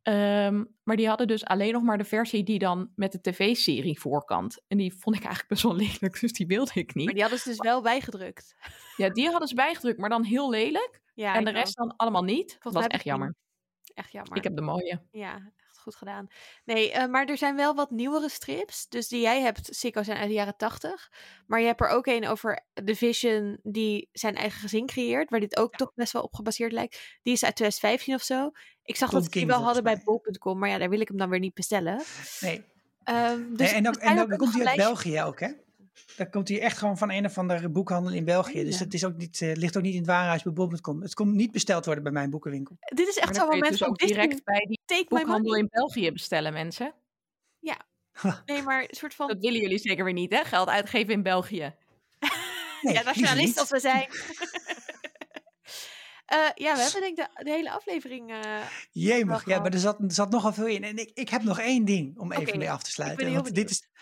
Maar die hadden dus alleen nog maar de versie die dan met de tv-serie voorkant. En die vond ik eigenlijk best wel lelijk, dus die wilde ik niet. Maar die hadden ze dus wel bijgedrukt. Ja, die hadden ze bijgedrukt, maar dan heel lelijk. Ja, en de rest dan allemaal niet. Dat was echt jammer. Echt jammer. Ik heb de mooie. Ja, echt goed gedaan. Nee, maar er zijn wel wat nieuwere strips. Dus die jij hebt, Sikko, zijn uit de jaren 80. Maar je hebt er ook een over The Vision die zijn eigen gezin creëert. Waar dit ook toch best wel op gebaseerd lijkt. Die is uit 2015 of zo. Ik zag dat ze die wel hadden bij bol.com. Maar ja, daar wil ik hem dan weer niet bestellen. Nee. Dus en dan komt hij uit België ook, hè? Dan komt hij echt gewoon van een of andere boekhandel in België. Dus dat is ook niet, ligt ook niet in het warenhuis bij bol.com. Het komt niet besteld worden bij mijn boekenwinkel. Dit is echt zo'n moment dus ook direct bij die boekhandel in België bestellen, mensen. Ja. Nee, maar een soort van... Dat willen jullie zeker weer niet, hè? Geld uitgeven in België. Nee, ja, nationalist als we zijn. Ja, we hebben denk ik de hele aflevering... Jemig, ja, maar er zat nogal veel in. En ik heb nog één ding om even mee af te sluiten. Want dit is,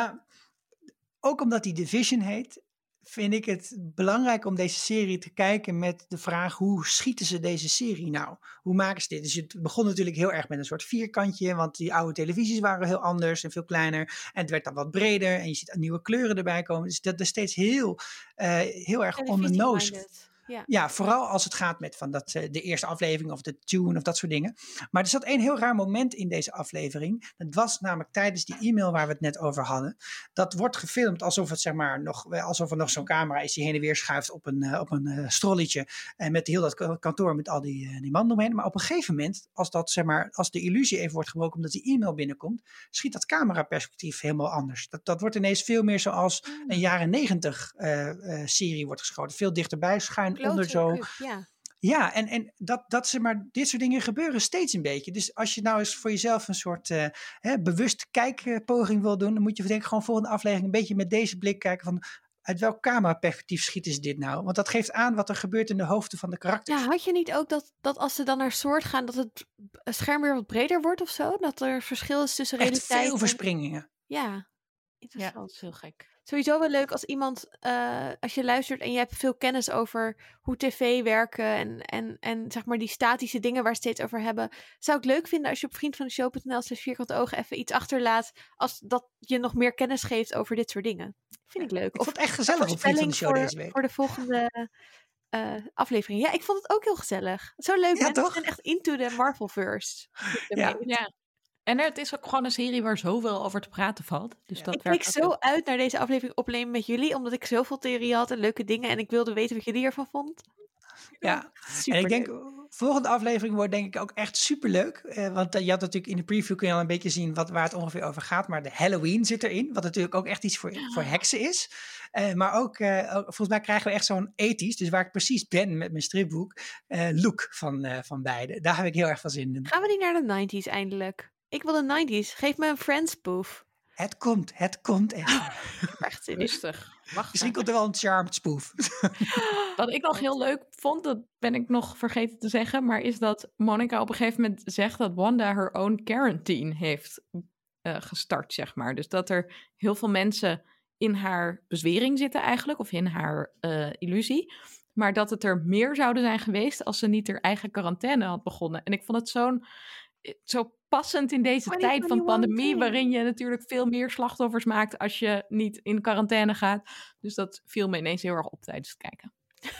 ook omdat die Division heet, vind ik het belangrijk om deze serie te kijken met de vraag: hoe schieten ze deze serie nou? Hoe maken ze dit? Dus het begon natuurlijk heel erg met een soort vierkantje, want die oude televisies waren heel anders en veel kleiner. En het werd dan wat breder en je ziet nieuwe kleuren erbij komen. Dus dat is steeds heel erg on the nose. Ja, vooral als het gaat met de eerste aflevering of de tune of dat soort dingen. Maar er zat één heel raar moment in deze aflevering. Dat was namelijk tijdens die e-mail waar we het net over hadden. Dat wordt gefilmd alsof het alsof er nog zo'n camera is die heen en weer schuift op een strolletje. En met heel dat kantoor met al die mannen omheen. Maar op een gegeven moment, als de illusie even wordt gebroken omdat die e-mail binnenkomt, schiet dat cameraperspectief helemaal anders. Dat wordt ineens veel meer zoals een jaren 90 serie wordt geschoten. Veel dichterbij, schuin onder zo. Ja, en dit soort dingen gebeuren steeds een beetje. Dus als je nou eens voor jezelf een soort bewust kijkpoging wil doen, dan moet je denk ik gewoon volgende aflevering een beetje met deze blik kijken van uit welk cameraperspectief schieten ze dit nou? Want dat geeft aan wat er gebeurt in de hoofden van de karakters. Ja, had je niet ook dat als ze dan naar soort gaan, dat het scherm weer wat breder wordt of zo? Dat er verschil is tussen realiteit en... veel verspringingen. Ja, interessant. Ja, dat is heel gek. Sowieso wel leuk als iemand, als je luistert en je hebt veel kennis over hoe tv werken en zeg maar die statische dingen waar ze steeds over hebben. Zou ik leuk vinden als je op vriendvandeshow.nl/vierkanteogen even iets achterlaat als dat je nog meer kennis geeft over dit soort dingen. Vind ik leuk. Ik vond het echt gezellig op Vriend van de Show deze week. Voor de volgende aflevering. Ja, ik vond het ook heel gezellig. Zo leuk. Ja, toch? Ik ben echt into the Marvelverse. Ja. En het is ook gewoon een serie waar zoveel over te praten valt. Dus dat ik keek zo uit naar deze aflevering opnemen met jullie, omdat ik zoveel theorieën had en leuke dingen en ik wilde weten wat jullie ervan vond. Ja, en ik denk, volgende aflevering wordt denk ik ook echt superleuk. Want je had natuurlijk in de preview kun je al een beetje zien waar het ongeveer over gaat. Maar de Halloween zit erin, wat natuurlijk ook echt iets voor heksen is. Maar ook, volgens mij krijgen we echt zo'n 80's, dus waar ik precies ben met mijn stripboek, look van beide. Daar heb ik heel erg van zin in. Gaan we niet naar de 90's eindelijk? Ik wil de 90's. Geef me een Friends spoof. Het komt echt. Echt rustig. Misschien komt er wel een Charmed spoof. Wat ik nog heel leuk vond, dat ben ik nog vergeten te zeggen, maar is dat Monica op een gegeven moment zegt dat Wanda haar own quarantine heeft gestart, zeg maar. Dus dat er heel veel mensen in haar bezwering zitten eigenlijk, of in haar illusie. Maar dat het er meer zouden zijn geweest als ze niet haar eigen quarantaine had begonnen. En ik vond het zo passend in deze tijd van pandemie, waarin je natuurlijk veel meer slachtoffers maakt als je niet in quarantaine gaat. Dus dat viel me ineens heel erg op tijdens het kijken.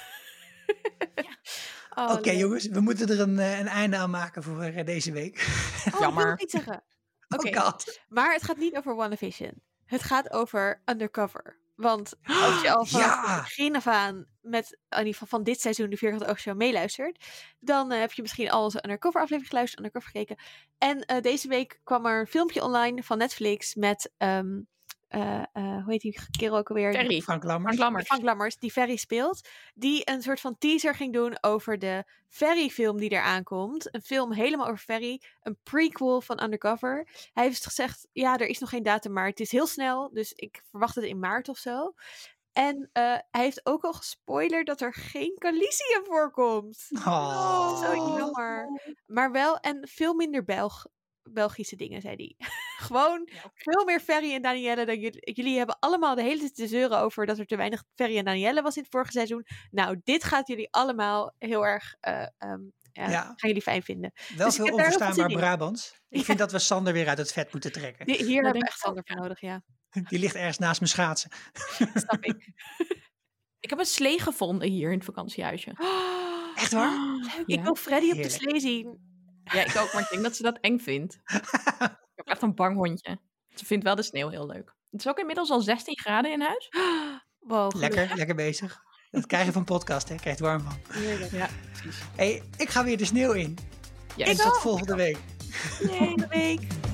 Oké, jongens, we moeten er een einde aan maken voor deze week. Jammer. Ik wil iets zeggen. Okay. Maar het gaat niet over WandaVision. Het gaat over Undercover. Want als je al van het begin af aan met, in ieder geval van dit seizoen, de Vierkante Oog Show meeluistert, dan heb je misschien al onze Undercover aflevering geluisterd, Undercover gekeken. En deze week kwam er een filmpje online van Netflix met, hoe heet die kerel ook alweer? Ferry. Frank Lammers, die Ferry speelt. Die een soort van teaser ging doen over de Ferry-film die eraan komt. Een film helemaal over Ferry. Een prequel van Undercover. Hij heeft gezegd, ja, er is nog geen datum, maar het is heel snel. Dus ik verwacht het in maart of zo. En hij heeft ook al gespoilerd dat er geen Khaleesi in voorkomt. Zo jammer. Maar wel, en veel minder Belgische dingen, zei hij. Gewoon veel meer Ferry en Danielle dan jullie. Jullie hebben allemaal de hele tijd te zeuren over dat er te weinig Ferry en Danielle was in het vorige seizoen. Nou, dit gaat jullie allemaal heel erg gaan jullie fijn vinden. Wel Dus veel onverstaanbaar Brabants. Ik vind dat we Sander weer uit het vet moeten trekken. Hier hebben we echt Sander voor nodig, ja. Die ligt ergens naast mijn schaatsen. Snap ik. Ik heb een slee gevonden hier in het vakantiehuisje. Echt waar? Leuk, ik wil Freddy op de slee zien. Ja, ik ook, maar ik denk dat ze dat eng vindt. Ik heb echt een bang hondje. Ze vindt wel de sneeuw heel leuk. Het is ook inmiddels al 16 graden in huis. Wow, lekker bezig. Dat krijg je van podcast, hè? Krijg je het warm van. Heerlijk. Ja, precies. Hey, ik ga weer de sneeuw in. Ja, En tot volgende week. Volgende week.